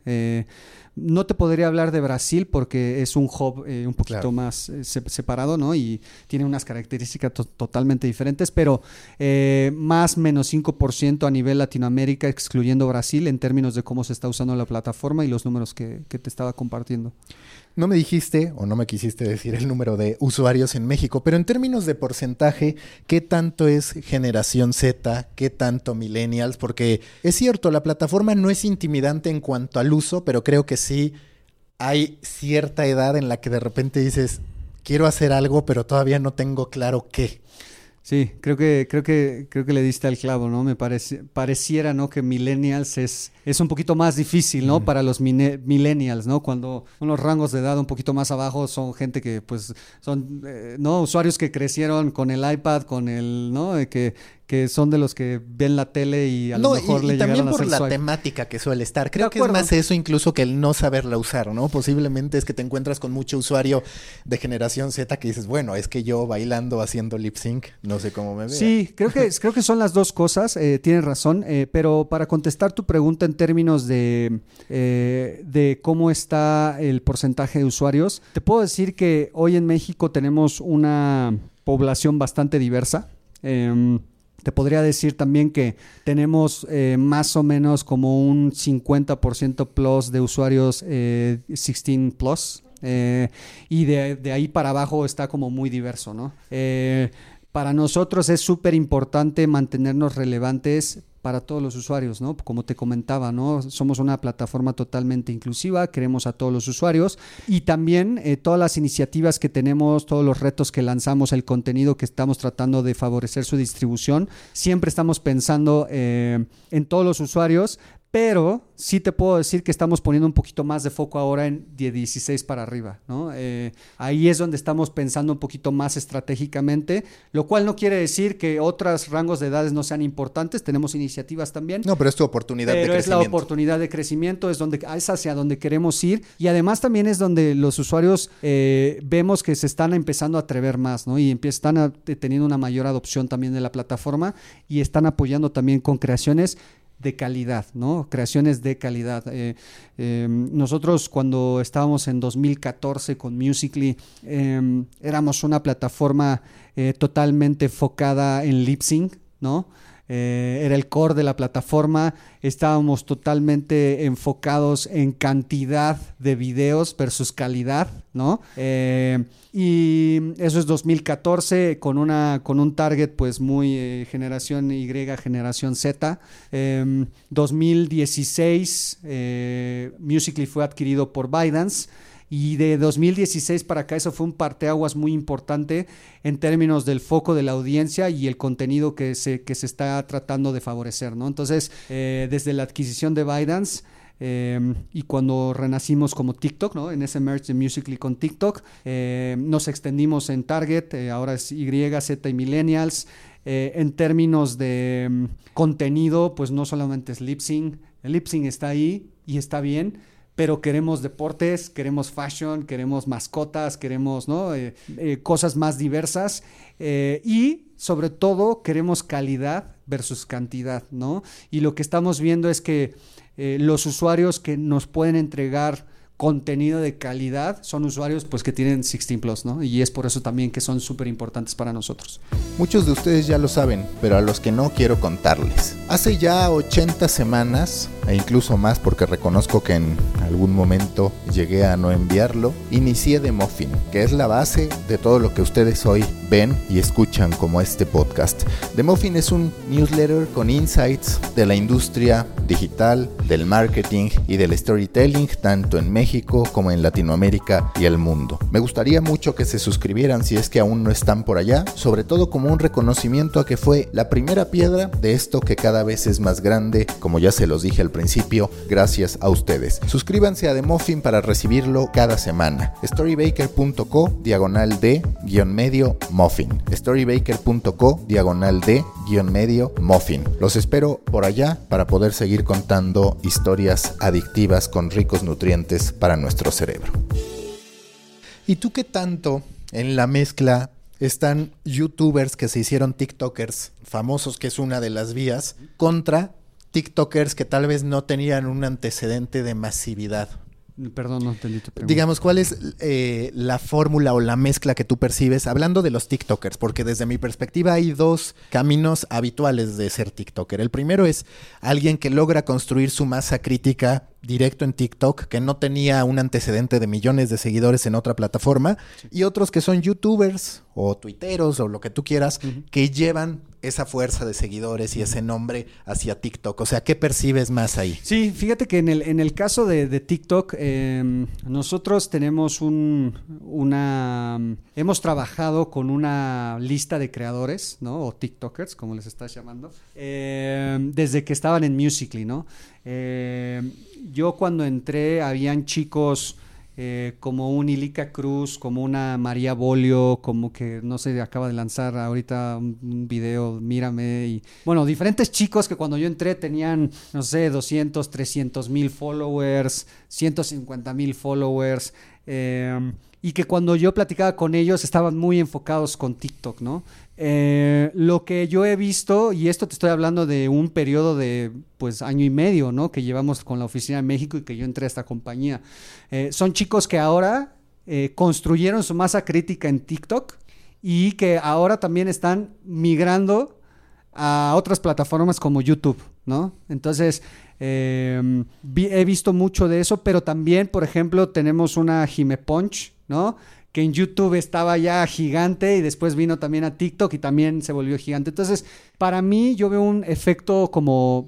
No te podría hablar de Brasil porque es un hub un poquito más separado, ¿no? Y tiene unas características totalmente diferentes, pero más o menos 5% a nivel Latinoamérica, excluyendo Brasil, en términos de cómo se está usando la plataforma y los números que te estaba compartiendo. No me dijiste o no me quisiste decir el número de usuarios en México, pero en términos de porcentaje, ¿qué tanto es generación Z? ¿Qué tanto millennials? Porque es cierto, la plataforma no es intimidante en cuanto al uso, pero creo que sí hay cierta edad en la que de repente dices, quiero hacer algo, pero todavía no tengo claro qué. Sí, creo que le diste al clavo, ¿no? Me pareciera, ¿no? Que millennials es un poquito más difícil, ¿no? Para los millennials, ¿no? Cuando unos rangos de edad un poquito más abajo son gente que, pues, son, ¿no? Usuarios que crecieron con el iPad, con el, ¿no? Que son de los que ven la tele y a lo mejor le llegaron a hacer swipe. Y también por la temática que suele estar. Creo que es más eso incluso que el no saberla usar, ¿no? Posiblemente es que te encuentras con mucho usuario de generación Z que dices, bueno, es que yo bailando, haciendo lip sync, no sé cómo me vea. Sí, creo que son las dos cosas, tienes razón, pero para contestar tu pregunta en términos de cómo está el porcentaje de usuarios, te puedo decir que hoy en México tenemos una población bastante diversa. Te podría decir también que tenemos más o menos como un 50% plus de usuarios 16 plus y de ahí para abajo está como muy diverso, ¿no? Para nosotros es súper importante mantenernos relevantes para todos los usuarios, ¿no? Como te comentaba, ¿no? Somos una plataforma totalmente inclusiva, queremos a todos los usuarios y también todas las iniciativas que tenemos, todos los retos que lanzamos, el contenido que estamos tratando de favorecer su distribución, siempre estamos pensando en todos los usuarios, pero sí te puedo decir que estamos poniendo un poquito más de foco ahora en de 16 para arriba, ¿no? Ahí es donde estamos pensando un poquito más estratégicamente, lo cual no quiere decir que otros rangos de edades no sean importantes, tenemos iniciativas también. No, pero es tu oportunidad de crecimiento. Pero es la oportunidad de crecimiento, es hacia donde queremos ir y además también es donde los usuarios vemos que se están empezando a atrever más, ¿no? Y están teniendo una mayor adopción también de la plataforma y están apoyando también con creaciones de calidad, ¿no? Creaciones de calidad. Nosotros cuando estábamos en 2014 con Musical.ly éramos una plataforma totalmente enfocada en lip sync, ¿no? Era el core de la plataforma, estábamos totalmente enfocados en cantidad de videos versus calidad, ¿no? Y eso es 2014 con un target pues muy generación Y, generación Z. 2016 Musical.ly fue adquirido por ByteDance. Y de 2016 para acá eso fue un parteaguas muy importante en términos del foco de la audiencia y el contenido que se está tratando de favorecer, ¿no? Entonces, desde la adquisición de ByteDance y cuando renacimos como TikTok, ¿no? En ese merge de Musical.ly con TikTok, nos extendimos en Target, ahora es Y, Z y Millennials. En términos de contenido, pues no solamente es lip sync. El lip sync está ahí y está bien, pero queremos deportes, queremos fashion, queremos mascotas, queremos, ¿no? Cosas más diversas y sobre todo queremos calidad versus cantidad, ¿no? Y lo que estamos viendo es que los usuarios que nos pueden entregar contenido de calidad son usuarios pues que tienen 16 plus, ¿no? Y es por eso también que son súper importantes para nosotros. Muchos de ustedes ya lo saben, pero a los que no quiero contarles. Hace ya 80 semanas e incluso más porque reconozco que en algún momento llegué a no enviarlo, inicié The Muffin, que es la base de todo lo que ustedes hoy ven y escuchan como este podcast. The Muffin es un newsletter con insights de la industria digital, del marketing y del storytelling, tanto en México como en Latinoamérica y el mundo. Me gustaría mucho que se suscribieran si es que aún no están por allá, sobre todo como un reconocimiento a que fue la primera piedra de esto que cada vez es más grande, como ya se los dije al principio, gracias a ustedes. Suscríbanse a The Muffin para recibirlo cada semana. storybaker.co/d-muffin. storybaker.co/d-muffin. Los espero por allá para poder seguir contando historias adictivas con ricos nutrientes para nuestro cerebro. ¿Y tú qué tanto en la mezcla están youtubers que se hicieron tiktokers famosos, que es una de las vías, contra tiktokers que tal vez no tenían un antecedente de masividad? Perdón, no entendí tu pregunta. Digamos, ¿cuál es la fórmula o la mezcla que tú percibes hablando de los tiktokers? Porque desde mi perspectiva hay dos caminos habituales de ser tiktoker. El primero es alguien que logra construir su masa crítica directo en TikTok, que no tenía un antecedente de millones de seguidores en otra plataforma, y otros que son youtubers o tuiteros o lo que tú quieras, que llevan esa fuerza de seguidores y ese nombre hacia TikTok. O sea, ¿qué percibes más ahí? Sí, fíjate que en el caso de TikTok, nosotros tenemos hemos trabajado con una lista de creadores, ¿no? O TikTokers, como les estás llamando, desde que estaban en Musical.ly, ¿no? Yo cuando entré habían chicos como un Ilica Cruz, como una María Bolio, como que no sé, acaba de lanzar ahorita un video, Mírame, y bueno, diferentes chicos que cuando yo entré tenían, no sé, 200, 300 mil followers, 150 mil followers, y que cuando yo platicaba con ellos estaban muy enfocados con TikTok, ¿no? Lo que yo he visto, y esto te estoy hablando de un periodo de pues año y medio, ¿no? Que llevamos con la oficina de México y que yo entré a esta compañía. Son chicos que ahora construyeron su masa crítica en TikTok y que ahora también están migrando a otras plataformas como YouTube, ¿no? Entonces, he visto mucho de eso, pero también, por ejemplo, tenemos una Jime Punch, ¿no? Que en YouTube estaba ya gigante y después vino también a TikTok y también se volvió gigante. Entonces, para mí, yo veo un efecto como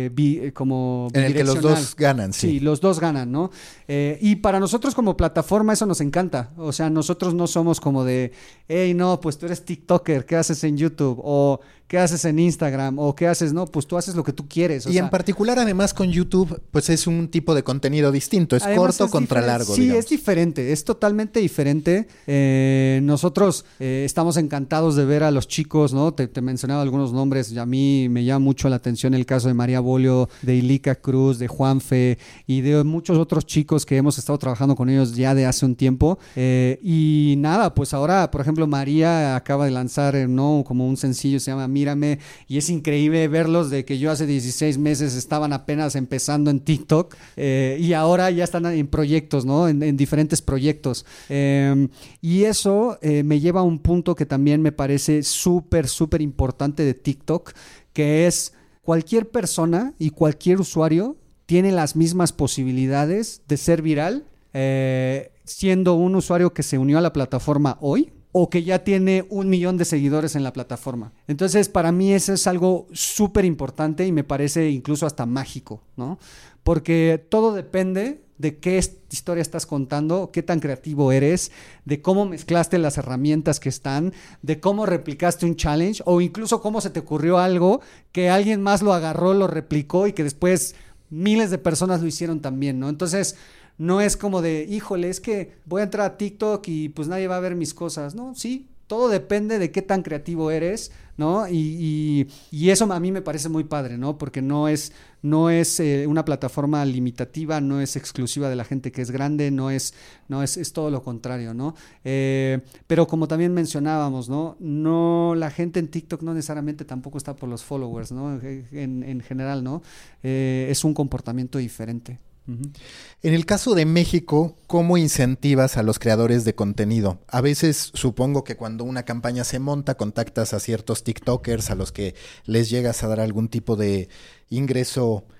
en el que los dos ganan, sí. Sí, los dos ganan, ¿no? Y para nosotros como plataforma eso nos encanta. O sea, nosotros no somos como de, hey, no, pues tú eres TikToker, ¿qué haces en YouTube? O ¿qué haces en Instagram? O ¿qué haces? No, pues tú haces lo que tú quieres. Y en particular, además, con YouTube, pues es un tipo de contenido distinto. Es corto contra largo, sí, digamos. Es diferente, es totalmente diferente. Nosotros estamos encantados de ver a los chicos, ¿no? Te mencionaba algunos nombres, y a mí me llama mucho la atención el caso de María Bolio, de Ilica Cruz, de Juanfe y de muchos otros chicos que hemos estado trabajando con ellos ya de hace un tiempo. Y nada, pues ahora, por ejemplo, María acaba de lanzar, ¿no? Como un sencillo, se llama Mírame, y es increíble verlos de que yo hace 16 meses estaban apenas empezando en TikTok y ahora ya están en proyectos, ¿no? En diferentes proyectos. Y eso me lleva a un punto que también me parece súper, súper importante de TikTok, que es cualquier persona y cualquier usuario tiene las mismas posibilidades de ser viral, siendo un usuario que se unió a la plataforma hoy o que ya tiene 1 millón de seguidores en la plataforma. Entonces, para mí eso es algo súper importante y me parece incluso hasta mágico, ¿no? Porque todo depende de qué historia estás contando, qué tan creativo eres, de cómo mezclaste las herramientas que están, de cómo replicaste un challenge o incluso cómo se te ocurrió algo que alguien más lo agarró, lo replicó y que después miles de personas lo hicieron también, ¿no? Entonces, no es como de, híjole, es que voy a entrar a TikTok y pues nadie va a ver mis cosas, ¿no? Sí, todo depende de qué tan creativo eres, ¿no? Y eso a mí me parece muy padre, ¿no? Porque no es una plataforma limitativa, no es exclusiva de la gente que es grande, es todo lo contrario, ¿no? Pero como también mencionábamos, ¿no? La gente en TikTok no necesariamente tampoco está por los followers, ¿no? En general, ¿no? Es un comportamiento diferente. En el caso de México, ¿cómo incentivas a los creadores de contenido? A veces supongo que cuando una campaña se monta, contactas a ciertos TikTokers a los que les llegas a dar algún tipo de ingreso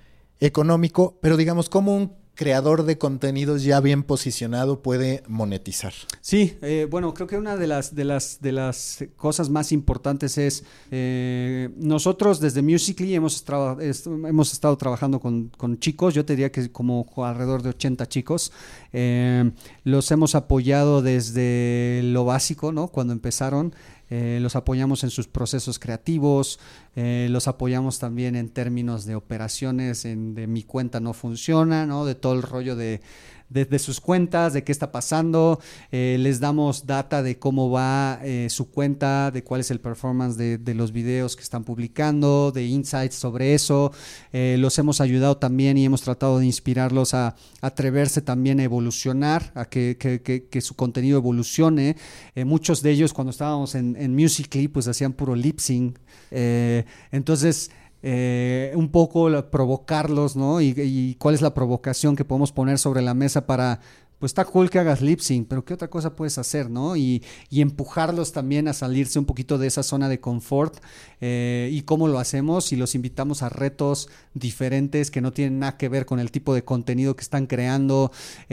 económico, pero digamos, ¿cómo un creador de contenidos ya bien posicionado puede monetizar? Sí, bueno, creo que una de las cosas más importantes es nosotros desde Musical.ly hemos estado trabajando con chicos. Yo te diría que como alrededor de 80 chicos. Los hemos apoyado desde lo básico, ¿no? Cuando empezaron. Los apoyamos en sus procesos creativos, los apoyamos también en términos de operaciones, de mi cuenta no funciona, ¿no? De todo el rollo de sus cuentas, de qué está pasando, les damos data de cómo va su cuenta, de cuál es el performance de los videos que están publicando, de insights sobre eso. Los hemos ayudado también y hemos tratado de inspirarlos a atreverse también a evolucionar, a que su contenido evolucione. Muchos de ellos cuando estábamos en Musical.ly pues hacían puro lip sync, entonces un poco provocarlos, ¿no? Y cuál es la provocación que podemos poner sobre la mesa para, pues está cool que hagas lip sync, pero ¿qué otra cosa puedes hacer, no? Y empujarlos también a salirse un poquito de esa zona de confort, y cómo lo hacemos, y los invitamos a retos diferentes que no tienen nada que ver con el tipo de contenido que están creando,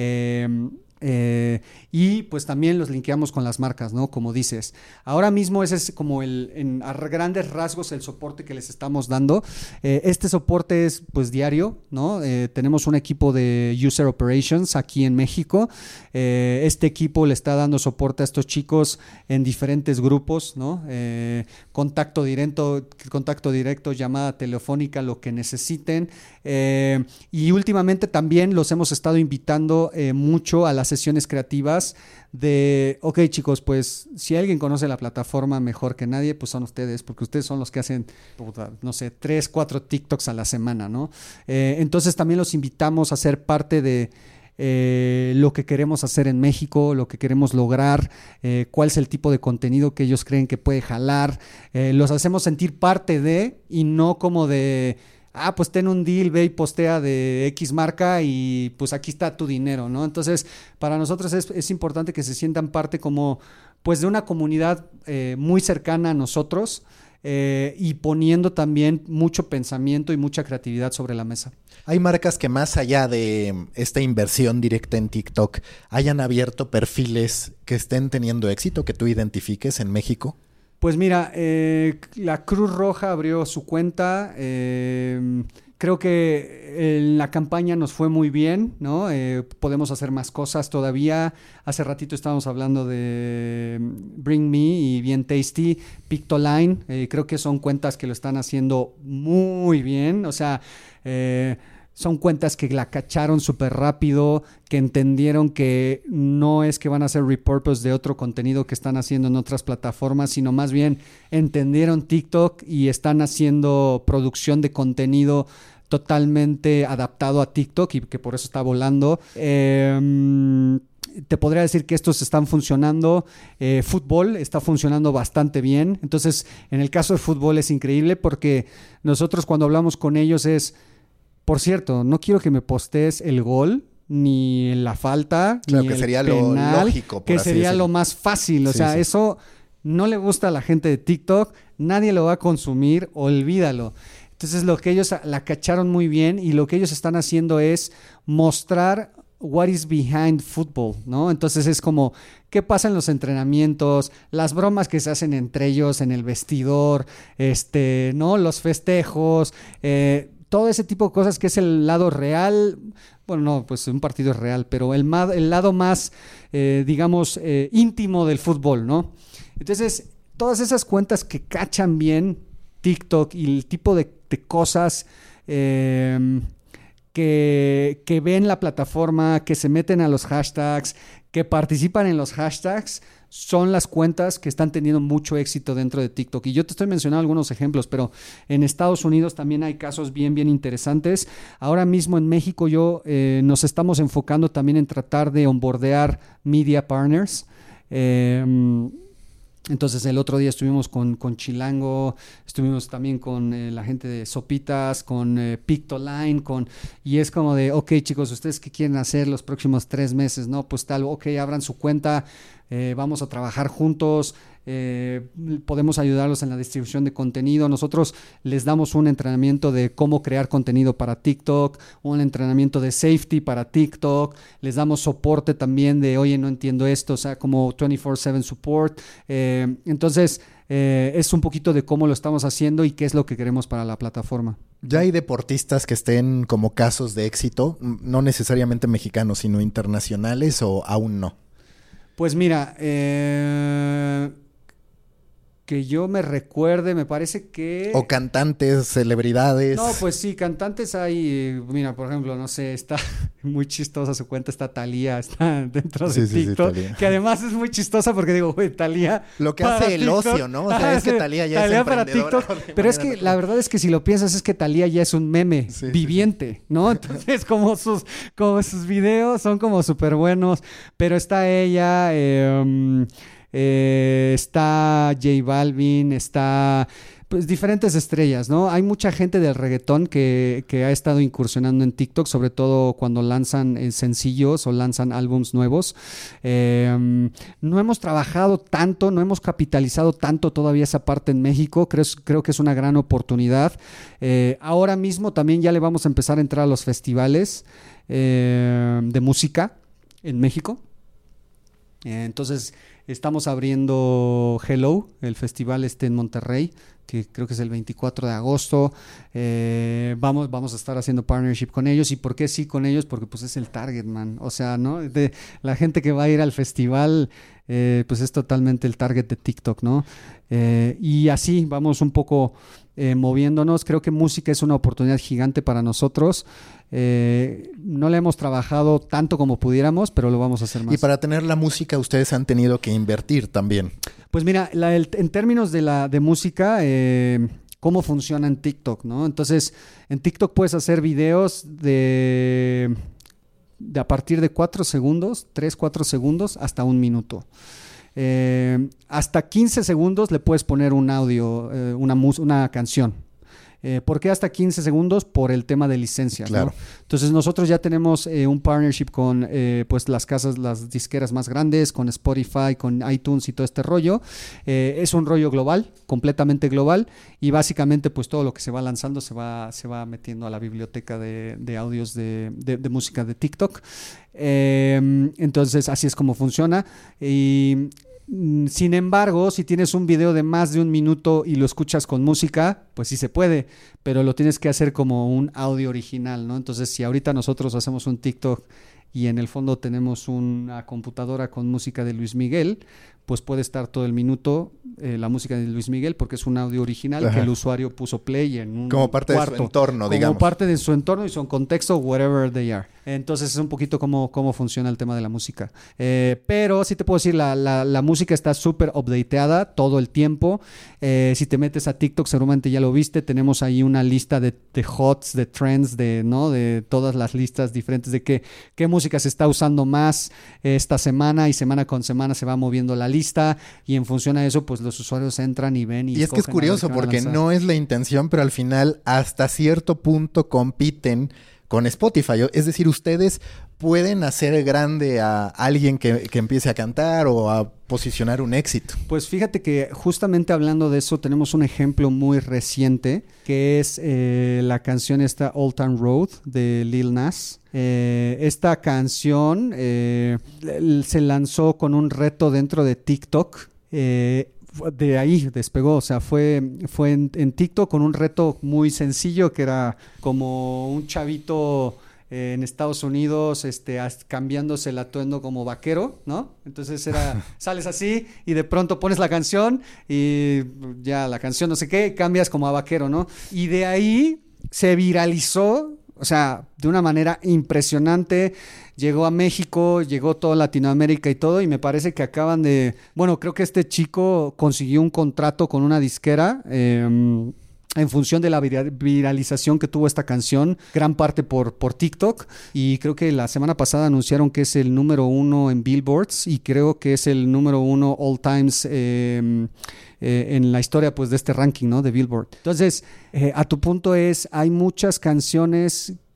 y pues también los linkeamos con las marcas, ¿no? Como dices, ahora mismo ese es como a grandes rasgos el soporte que les estamos dando. Este soporte es pues diario, ¿no? Tenemos un equipo de User Operations aquí en México. Este equipo le está dando soporte a estos chicos en diferentes grupos, ¿no? Contacto directo, llamada telefónica, lo que necesiten. Y últimamente también los hemos estado invitando mucho a las sesiones creativas de, ok chicos, pues si alguien conoce la plataforma mejor que nadie, pues son ustedes, porque ustedes son los que hacen, no sé, 3, 4 TikToks a la semana, ¿no? Entonces también los invitamos a ser parte de lo que queremos hacer en México, lo que queremos lograr, cuál es el tipo de contenido que ellos creen que puede jalar. Los hacemos sentir parte de, y no como de, pues ten un deal, ve y postea de X marca y pues aquí está tu dinero, ¿no? Entonces, para nosotros es importante que se sientan parte como pues de una comunidad muy cercana a nosotros, y poniendo también mucho pensamiento y mucha creatividad sobre la mesa. ¿Hay marcas que más allá de esta inversión directa en TikTok hayan abierto perfiles que estén teniendo éxito, que tú identifiques en México? Pues mira, la Cruz Roja abrió su cuenta. Creo que en la campaña nos fue muy bien, ¿no? Podemos hacer más cosas todavía. Hace ratito estábamos hablando de Bring Me y Bien Tasty, Pictoline. Creo que son cuentas que lo están haciendo muy bien. O sea, son cuentas que la cacharon súper rápido, que entendieron que no es que van a hacer repurpose de otro contenido que están haciendo en otras plataformas, sino más bien entendieron TikTok y están haciendo producción de contenido totalmente adaptado a TikTok y que por eso está volando. Te podría decir que estos están funcionando. Fútbol está funcionando bastante bien. Entonces, en el caso de fútbol es increíble porque nosotros cuando hablamos con ellos es, por cierto, no quiero que me postees el gol, ni la falta, claro, ni que el sería penal, lo lógico, que sería decirlo. lo más fácil. O sea, eso no le gusta a la gente de TikTok, nadie lo va a consumir, olvídalo. Entonces, lo que ellos la cacharon muy bien y lo que ellos están haciendo es mostrar what is behind football, ¿no? Entonces es como, ¿qué pasa en los entrenamientos? Las bromas que se hacen entre ellos en el vestidor, ¿no? Los festejos, todo ese tipo de cosas que es el lado real. Bueno, no, pues un partido es real, pero el lado más, digamos, íntimo del fútbol, ¿no? Entonces, todas esas cuentas que cachan bien TikTok y el tipo de cosas que ven la plataforma, que se meten a los hashtags, que participan en los hashtags, son las cuentas que están teniendo mucho éxito dentro de TikTok. Y yo te estoy mencionando algunos ejemplos, pero en Estados Unidos también hay casos bien interesantes. Ahora mismo en México nos estamos enfocando también en tratar de onboardear media partners. Entonces el otro día estuvimos con Chilango, estuvimos también con la gente de Sopitas, con Pictoline, y es como de, ok chicos, ¿ustedes qué quieren hacer los próximos 3 meses? No, pues tal, ok, abran su cuenta, vamos a trabajar juntos. podemos ayudarlos en la distribución de contenido. Nosotros les damos un entrenamiento de cómo crear contenido para TikTok, un entrenamiento de safety para TikTok, les damos soporte también de, oye, no entiendo esto, o sea, como 24/7 support. Entonces, es un poquito de cómo lo estamos haciendo y qué es lo que queremos para la plataforma. ¿Ya hay deportistas que estén como casos de éxito, no necesariamente mexicanos, sino internacionales, o aún no? Pues mira, que yo me recuerde, me parece que... O cantantes, celebridades. No, pues sí, cantantes hay, mira, por ejemplo, no sé, está muy chistosa su cuenta, está Thalía, está dentro de TikTok, sí, que además es muy chistosa porque digo, güey, Thalía... Lo que hace el ocio, ¿no? O sea, es que Thalía ya es para TikTok, pero es que la verdad es que si lo piensas es que Thalía ya es un meme viviente, ¿no? Entonces como sus videos son como súper buenos, pero está ella... está J Balvin, está pues diferentes estrellas, ¿no? Hay mucha gente del reggaetón que ha estado incursionando en TikTok, sobre todo cuando lanzan sencillos o lanzan álbums nuevos. No hemos trabajado tanto, no hemos capitalizado tanto todavía esa parte en México. Creo que es una gran oportunidad. Ahora mismo también ya le vamos a empezar a entrar a los festivales de música en México. Entonces estamos abriendo Hello, el festival en Monterrey, que creo que es el 24 de agosto. Vamos a estar haciendo partnership con ellos. ¿Y por qué sí con ellos? Porque pues es el target, man. O sea, ¿no? De la gente que va a ir al festival, pues es totalmente el target de TikTok, ¿no? Y así vamos un poco moviéndonos. Creo que música es una oportunidad gigante para nosotros. No la hemos trabajado tanto como pudiéramos, pero lo vamos a hacer más. Y para tener la música ustedes han tenido que invertir también. Pues mira, en términos de música, cómo funciona en TikTok, ¿no? Entonces, en TikTok puedes hacer videos de a partir de 4 segundos, 3, 4 segundos, hasta 1 minuto. Hasta 15 segundos le puedes poner un audio, una canción. ¿Por qué hasta 15 segundos? Por el tema de licencias, claro, ¿no? Entonces nosotros ya tenemos un partnership con pues las disqueras más grandes, con Spotify, con iTunes y todo este rollo. Es un rollo global, completamente global, y básicamente pues todo lo que se va lanzando se va metiendo a la biblioteca de audios de música de TikTok. Entonces así es como funciona. Y sin embargo, si tienes un video de más de 1 minuto y lo escuchas con música, pues sí se puede, pero lo tienes que hacer como un audio original, ¿no? Entonces, si ahorita nosotros hacemos un TikTok y en el fondo tenemos una computadora con música de Luis Miguel, pues puede estar todo el minuto la música de Luis Miguel, porque es un audio original. Ajá. Que el usuario puso play en un como parte cuarto, de su entorno, digamos. Como parte de su entorno y su contexto, whatever they are. Entonces es un poquito cómo funciona el tema de la música. Pero sí te puedo decir, la música está súper updateada todo el tiempo. Si te metes a TikTok, seguramente ya lo viste, tenemos ahí una lista de hots, de trends, de todas las listas diferentes de qué música se está usando más esta semana, y semana con semana se va moviendo la lista, y en función a eso pues los usuarios entran y ven y es que es curioso porque no es la intención, pero al final hasta cierto punto compiten con Spotify. Es decir, ustedes pueden hacer grande a alguien que empiece a cantar o a posicionar un éxito. Pues fíjate que justamente hablando de eso tenemos un ejemplo muy reciente, que es la canción esta Old Town Road de Lil Nas. Esta canción se lanzó con un reto dentro de TikTok. De ahí despegó, o sea, fue en TikTok con un reto muy sencillo, que era como un chavito en Estados Unidos cambiándose el atuendo como vaquero, ¿no? Entonces sales así y de pronto pones la canción y ya la canción no sé qué, cambias como a vaquero, ¿no? Y de ahí se viralizó, o sea, de una manera impresionante. Llegó a México, llegó toda Latinoamérica y todo, y me parece que creo que este chico consiguió un contrato con una disquera en función de la viralización que tuvo esta canción, gran parte por TikTok, y creo que la semana pasada anunciaron que es el número 1 en Billboards, y creo que es el número 1 all times en la historia pues de este ranking, ¿no? De Billboard. Entonces, a tu punto hay muchas canciones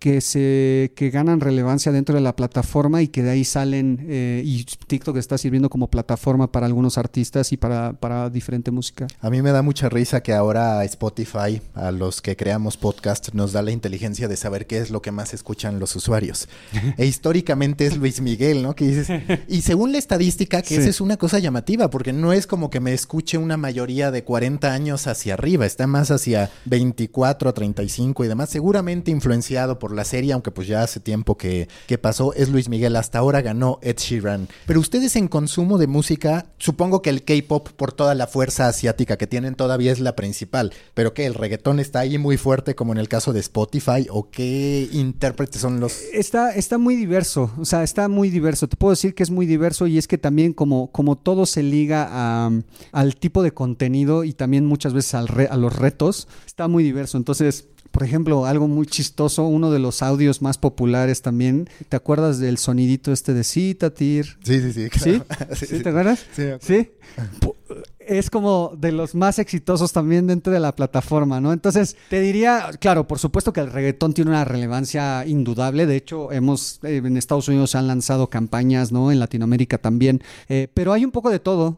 que ganan relevancia dentro de la plataforma y que de ahí salen, y TikTok está sirviendo como plataforma para algunos artistas y para diferente música. A mí me da mucha risa que ahora Spotify, a los que creamos podcast, nos da la inteligencia de saber qué es lo que más escuchan los usuarios. E históricamente es Luis Miguel, ¿no? Que dices, y según la estadística, que esa es una cosa llamativa, porque no es como que me escuche una mayoría de 40 años hacia arriba, está más hacia 24 a 35 y demás, seguramente influenciado por la serie, aunque pues ya hace tiempo que pasó, es Luis Miguel. Hasta ahora ganó Ed Sheeran. Pero ustedes en consumo de música, supongo que el K-pop, por toda la fuerza asiática que tienen, todavía es la principal, pero que el reggaetón está ahí muy fuerte, como en el caso de Spotify, o qué intérpretes son los... Está muy diverso, o sea, está muy diverso. Te puedo decir que es muy diverso, y es que también como todo se liga al tipo de contenido y también muchas veces a los retos, está muy diverso. Entonces, por ejemplo, algo muy chistoso, uno de los audios más populares también, ¿te acuerdas del sonidito de sí, Tatir? Sí, claro. ¿Sí? ¿Te acuerdas? Sí. Es como de los más exitosos también dentro de la plataforma, ¿no? Entonces, te diría, claro, por supuesto que el reggaetón tiene una relevancia indudable. De hecho, en Estados Unidos se han lanzado campañas, ¿no? En Latinoamérica también. Pero hay un poco de todo,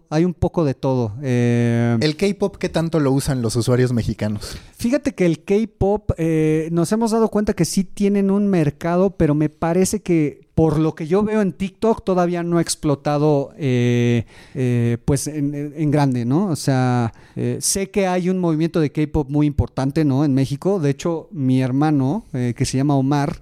¿El K-pop qué tanto lo usan los usuarios mexicanos? Fíjate que el K-pop, nos hemos dado cuenta que sí tienen un mercado, pero me parece que por lo que yo veo en TikTok todavía no ha explotado pues en grande, ¿no? O sea, sé que hay un movimiento de K-pop muy importante, ¿no? En México. De hecho, mi hermano, que se llama Omar,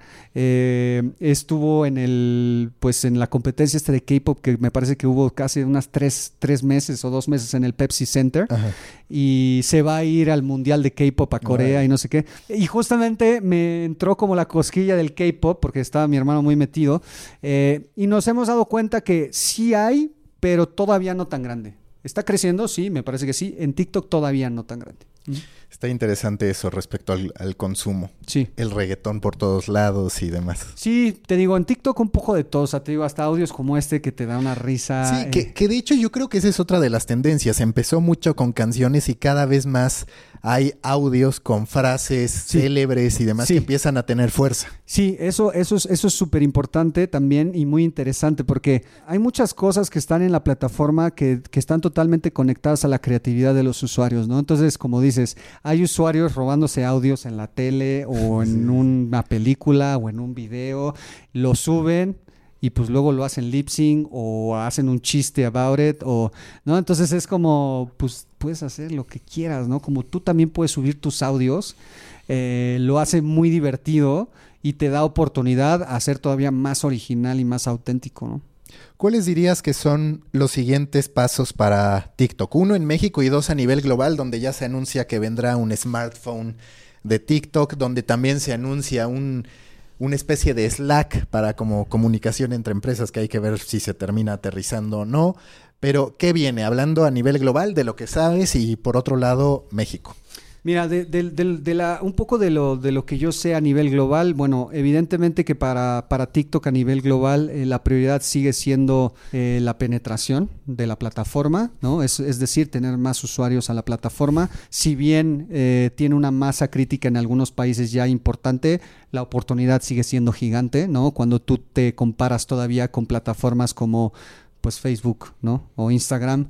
estuvo en la competencia de K-pop, que me parece que hubo casi unas 3 meses o 2 meses en el Pepsi Center. Ajá. Y se va a ir al mundial de K-pop a Corea y no sé qué. Y justamente me entró como la cosquilla del K-pop, porque estaba mi hermano muy metido. Y nos hemos dado cuenta que sí hay, pero todavía no tan grande. ¿Está creciendo? Sí, me parece que sí. En TikTok todavía no tan grande. Está interesante eso respecto al consumo. Sí. El reggaetón por todos lados y demás. Sí, te digo, en TikTok un poco de todo. O sea, te digo, hasta audios como este que te da una risa. Sí, que de hecho yo creo que esa es otra de las tendencias. Empezó mucho con canciones y cada vez más hay audios con frases célebres y demás que empiezan a tener fuerza. Sí, eso es súper importante también y muy interesante, porque hay muchas cosas que están en la plataforma que están totalmente conectadas a la creatividad de los usuarios, ¿no? Entonces, como dices, hay usuarios robándose audios en la tele o en una película o en un video, lo suben y pues luego lo hacen lip sync o hacen un chiste about it, ¿no? Entonces es como, pues puedes hacer lo que quieras, ¿no? Como tú también puedes subir tus audios, lo hace muy divertido y te da oportunidad a ser todavía más original y más auténtico, ¿no? ¿Cuáles dirías que son los siguientes pasos para TikTok? 1 en México y 2 a nivel global, donde ya se anuncia que vendrá un smartphone de TikTok, donde también se anuncia una especie de Slack para como comunicación entre empresas, que hay que ver si se termina aterrizando o no. Pero, ¿qué viene? Hablando a nivel global de lo que sabes y, por otro lado, México. Mira, un poco de lo que yo sé a nivel global, bueno, evidentemente que para TikTok a nivel global la prioridad sigue siendo la penetración de la plataforma, ¿no? Es decir, tener más usuarios a la plataforma. Si bien tiene una masa crítica en algunos países ya importante, la oportunidad sigue siendo gigante, ¿no? Cuando tú te comparas todavía con plataformas como pues Facebook, ¿no? O Instagram.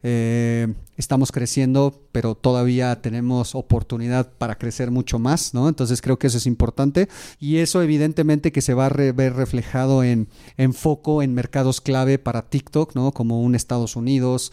Estamos creciendo, pero todavía tenemos oportunidad para crecer mucho más, ¿no? Entonces creo que eso es importante, y eso evidentemente que se va a ver reflejado en foco en mercados clave para TikTok, ¿no? Como un Estados Unidos,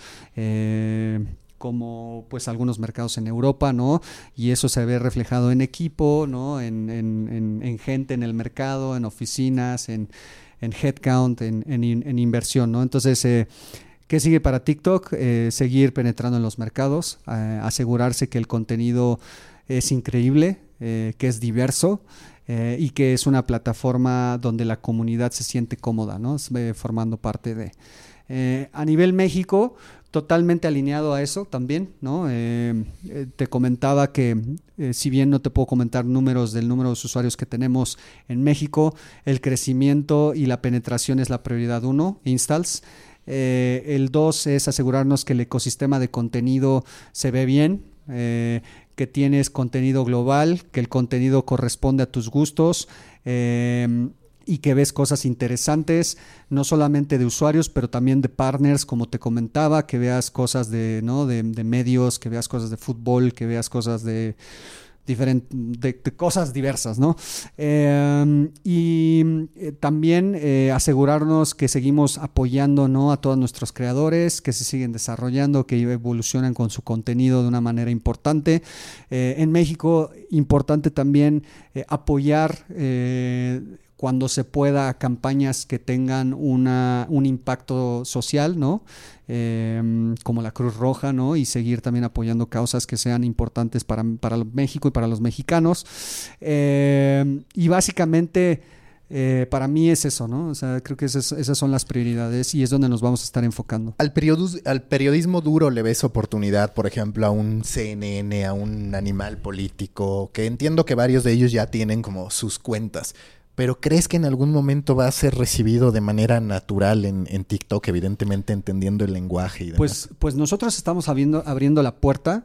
como pues algunos mercados en Europa, ¿no? Y eso se ve reflejado en equipo, ¿no? En gente en el mercado, en oficinas, en headcount, en inversión, ¿no? Entonces, ¿qué sigue para TikTok? Seguir penetrando en los mercados, asegurarse que el contenido es increíble, que es diverso, y que es una plataforma donde la comunidad se siente cómoda, ¿no? Formando parte de. A nivel México, totalmente alineado a eso también, ¿no? Te comentaba que si bien no te puedo comentar números del número de usuarios que tenemos en México, el crecimiento y la penetración es la prioridad 1, installs. El 2 es asegurarnos que el ecosistema de contenido se ve bien, que tienes contenido global, que el contenido corresponde a tus gustos, y que ves cosas interesantes, no solamente de usuarios, pero también de partners, como te comentaba, que veas cosas de medios, que veas cosas de fútbol, que veas cosas de cosas diversas, ¿no? También asegurarnos que seguimos apoyando, ¿no?, a todos nuestros creadores, que se siguen desarrollando, que evolucionan con su contenido de una manera importante. En México, importante también apoyar cuando se pueda campañas que tengan un impacto social, ¿no? Como la Cruz Roja, ¿no? Y seguir también apoyando causas que sean importantes para México y para los mexicanos. Y básicamente, para mí es eso, ¿no? O sea, creo que esas son las prioridades y es donde nos vamos a estar enfocando. Al periodismo duro le ves oportunidad, por ejemplo, a un CNN, a un Animal Político, que entiendo que varios de ellos ya tienen como sus cuentas. ¿Pero crees que en algún momento va a ser recibido de manera natural en TikTok, evidentemente entendiendo el lenguaje y demás? Pues nosotros estamos abriendo la puerta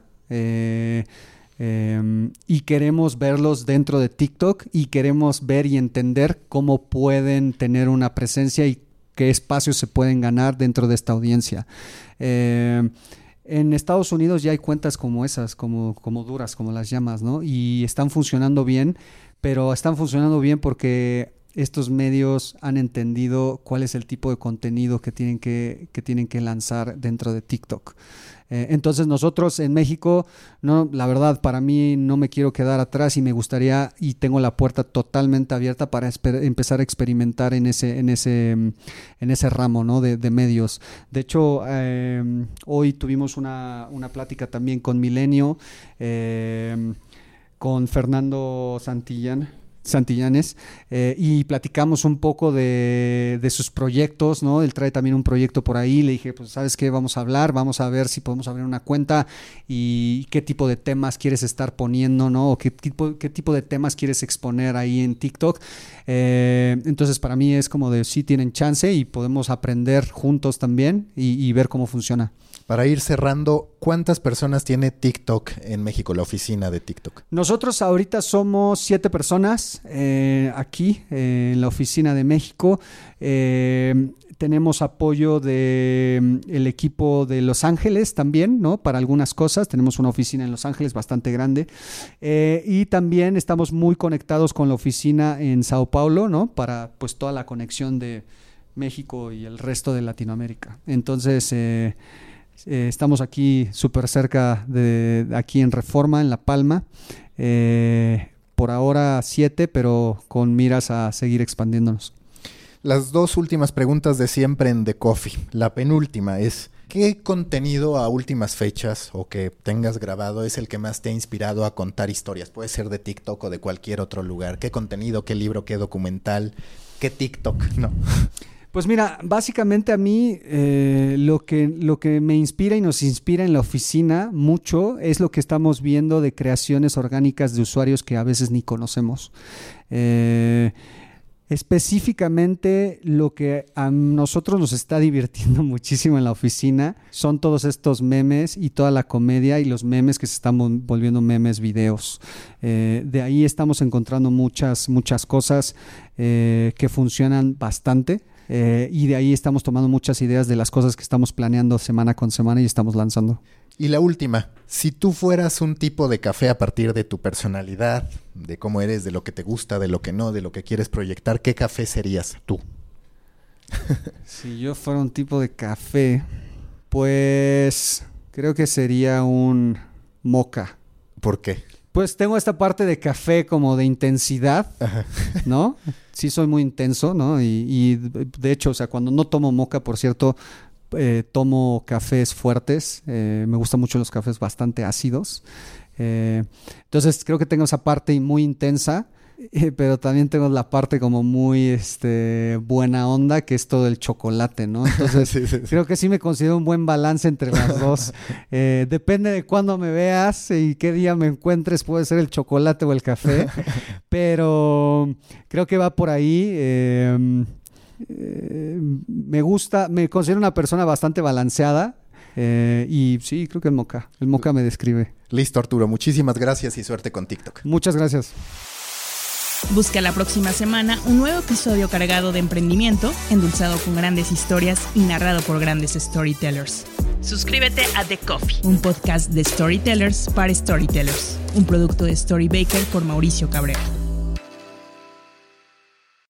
y queremos verlos dentro de TikTok y queremos ver y entender cómo pueden tener una presencia y qué espacios se pueden ganar dentro de esta audiencia. En Estados Unidos ya hay cuentas como esas, como duras, como las llamas, ¿no? Y están funcionando bien, pero están funcionando bien porque estos medios han entendido cuál es el tipo de contenido que tienen que lanzar dentro de TikTok. Entonces nosotros en México, no, la verdad, para mí no me quiero quedar atrás y me gustaría y tengo la puerta totalmente abierta para empezar a experimentar en ese ramo, ¿no?, de medios. De hecho, hoy tuvimos una plática también con Milenio, con Fernando Santillanes, y platicamos un poco de sus proyectos, ¿no? Él trae también un proyecto por ahí. Le dije, pues, ¿sabes qué? Vamos a hablar, vamos a ver si podemos abrir una cuenta y qué tipo de temas quieres estar poniendo, ¿no? O qué tipo de temas quieres exponer ahí en TikTok. Entonces, para mí es como de sí tienen chance y podemos aprender juntos también y ver cómo funciona. Para ir cerrando, ¿cuántas personas tiene TikTok en México, la oficina de TikTok? Nosotros ahorita somos 7 personas aquí en la oficina de México. Tenemos apoyo del equipo de Los Ángeles también, ¿no? Para algunas cosas. Tenemos una oficina en Los Ángeles bastante grande. Y también estamos muy conectados con la oficina en Sao Paulo, ¿no? Para pues toda la conexión de México y el resto de Latinoamérica. Entonces, estamos aquí súper cerca de aquí en Reforma, en La Palma. Por ahora 7, pero con miras a seguir expandiéndonos. Las 2 últimas preguntas de siempre en The Coffee. La penúltima es, ¿qué contenido a últimas fechas o que tengas grabado es el que más te ha inspirado a contar historias? Puede ser de TikTok o de cualquier otro lugar. ¿Qué contenido, qué libro, qué documental, qué TikTok? No. Pues mira, básicamente a mí lo que me inspira y nos inspira en la oficina mucho es lo que estamos viendo de creaciones orgánicas de usuarios que a veces ni conocemos. Específicamente lo que a nosotros nos está divirtiendo muchísimo en la oficina son todos estos memes y toda la comedia y los memes que se están volviendo memes videos. De ahí estamos encontrando muchas cosas que funcionan bastante. Y de ahí estamos tomando muchas ideas de las cosas que estamos planeando semana con semana y estamos lanzando. Y la última, si tú fueras un tipo de café a partir de tu personalidad, de cómo eres, de lo que te gusta, de lo que no, de lo que quieres proyectar, ¿qué café serías tú? Si yo fuera un tipo de café, pues creo que sería un mocha. ¿Por qué? Pues tengo esta parte de café como de intensidad, ¿no? Sí soy muy intenso, ¿no? Y de hecho, o sea, cuando no tomo mocha, por cierto, tomo cafés fuertes. Me gustan mucho los cafés bastante ácidos. Entonces creo que tengo esa parte muy intensa, pero también tengo la parte como muy buena onda, que es todo el chocolate, ¿no? Entonces sí. Creo que sí me considero un buen balance entre las dos. Depende de cuándo me veas y qué día me encuentres, puede ser el chocolate o el café, pero creo que va por ahí. Me considero una persona bastante balanceada. Y sí, creo que el mocha me describe. Listo, Arturo. Muchísimas gracias y suerte con TikTok. Muchas gracias. Busca la próxima semana un nuevo episodio cargado de emprendimiento, endulzado con grandes historias y narrado por grandes storytellers. Suscríbete a The Coffee, un podcast de storytellers para storytellers, un producto de Storybaker por Mauricio Cabrera.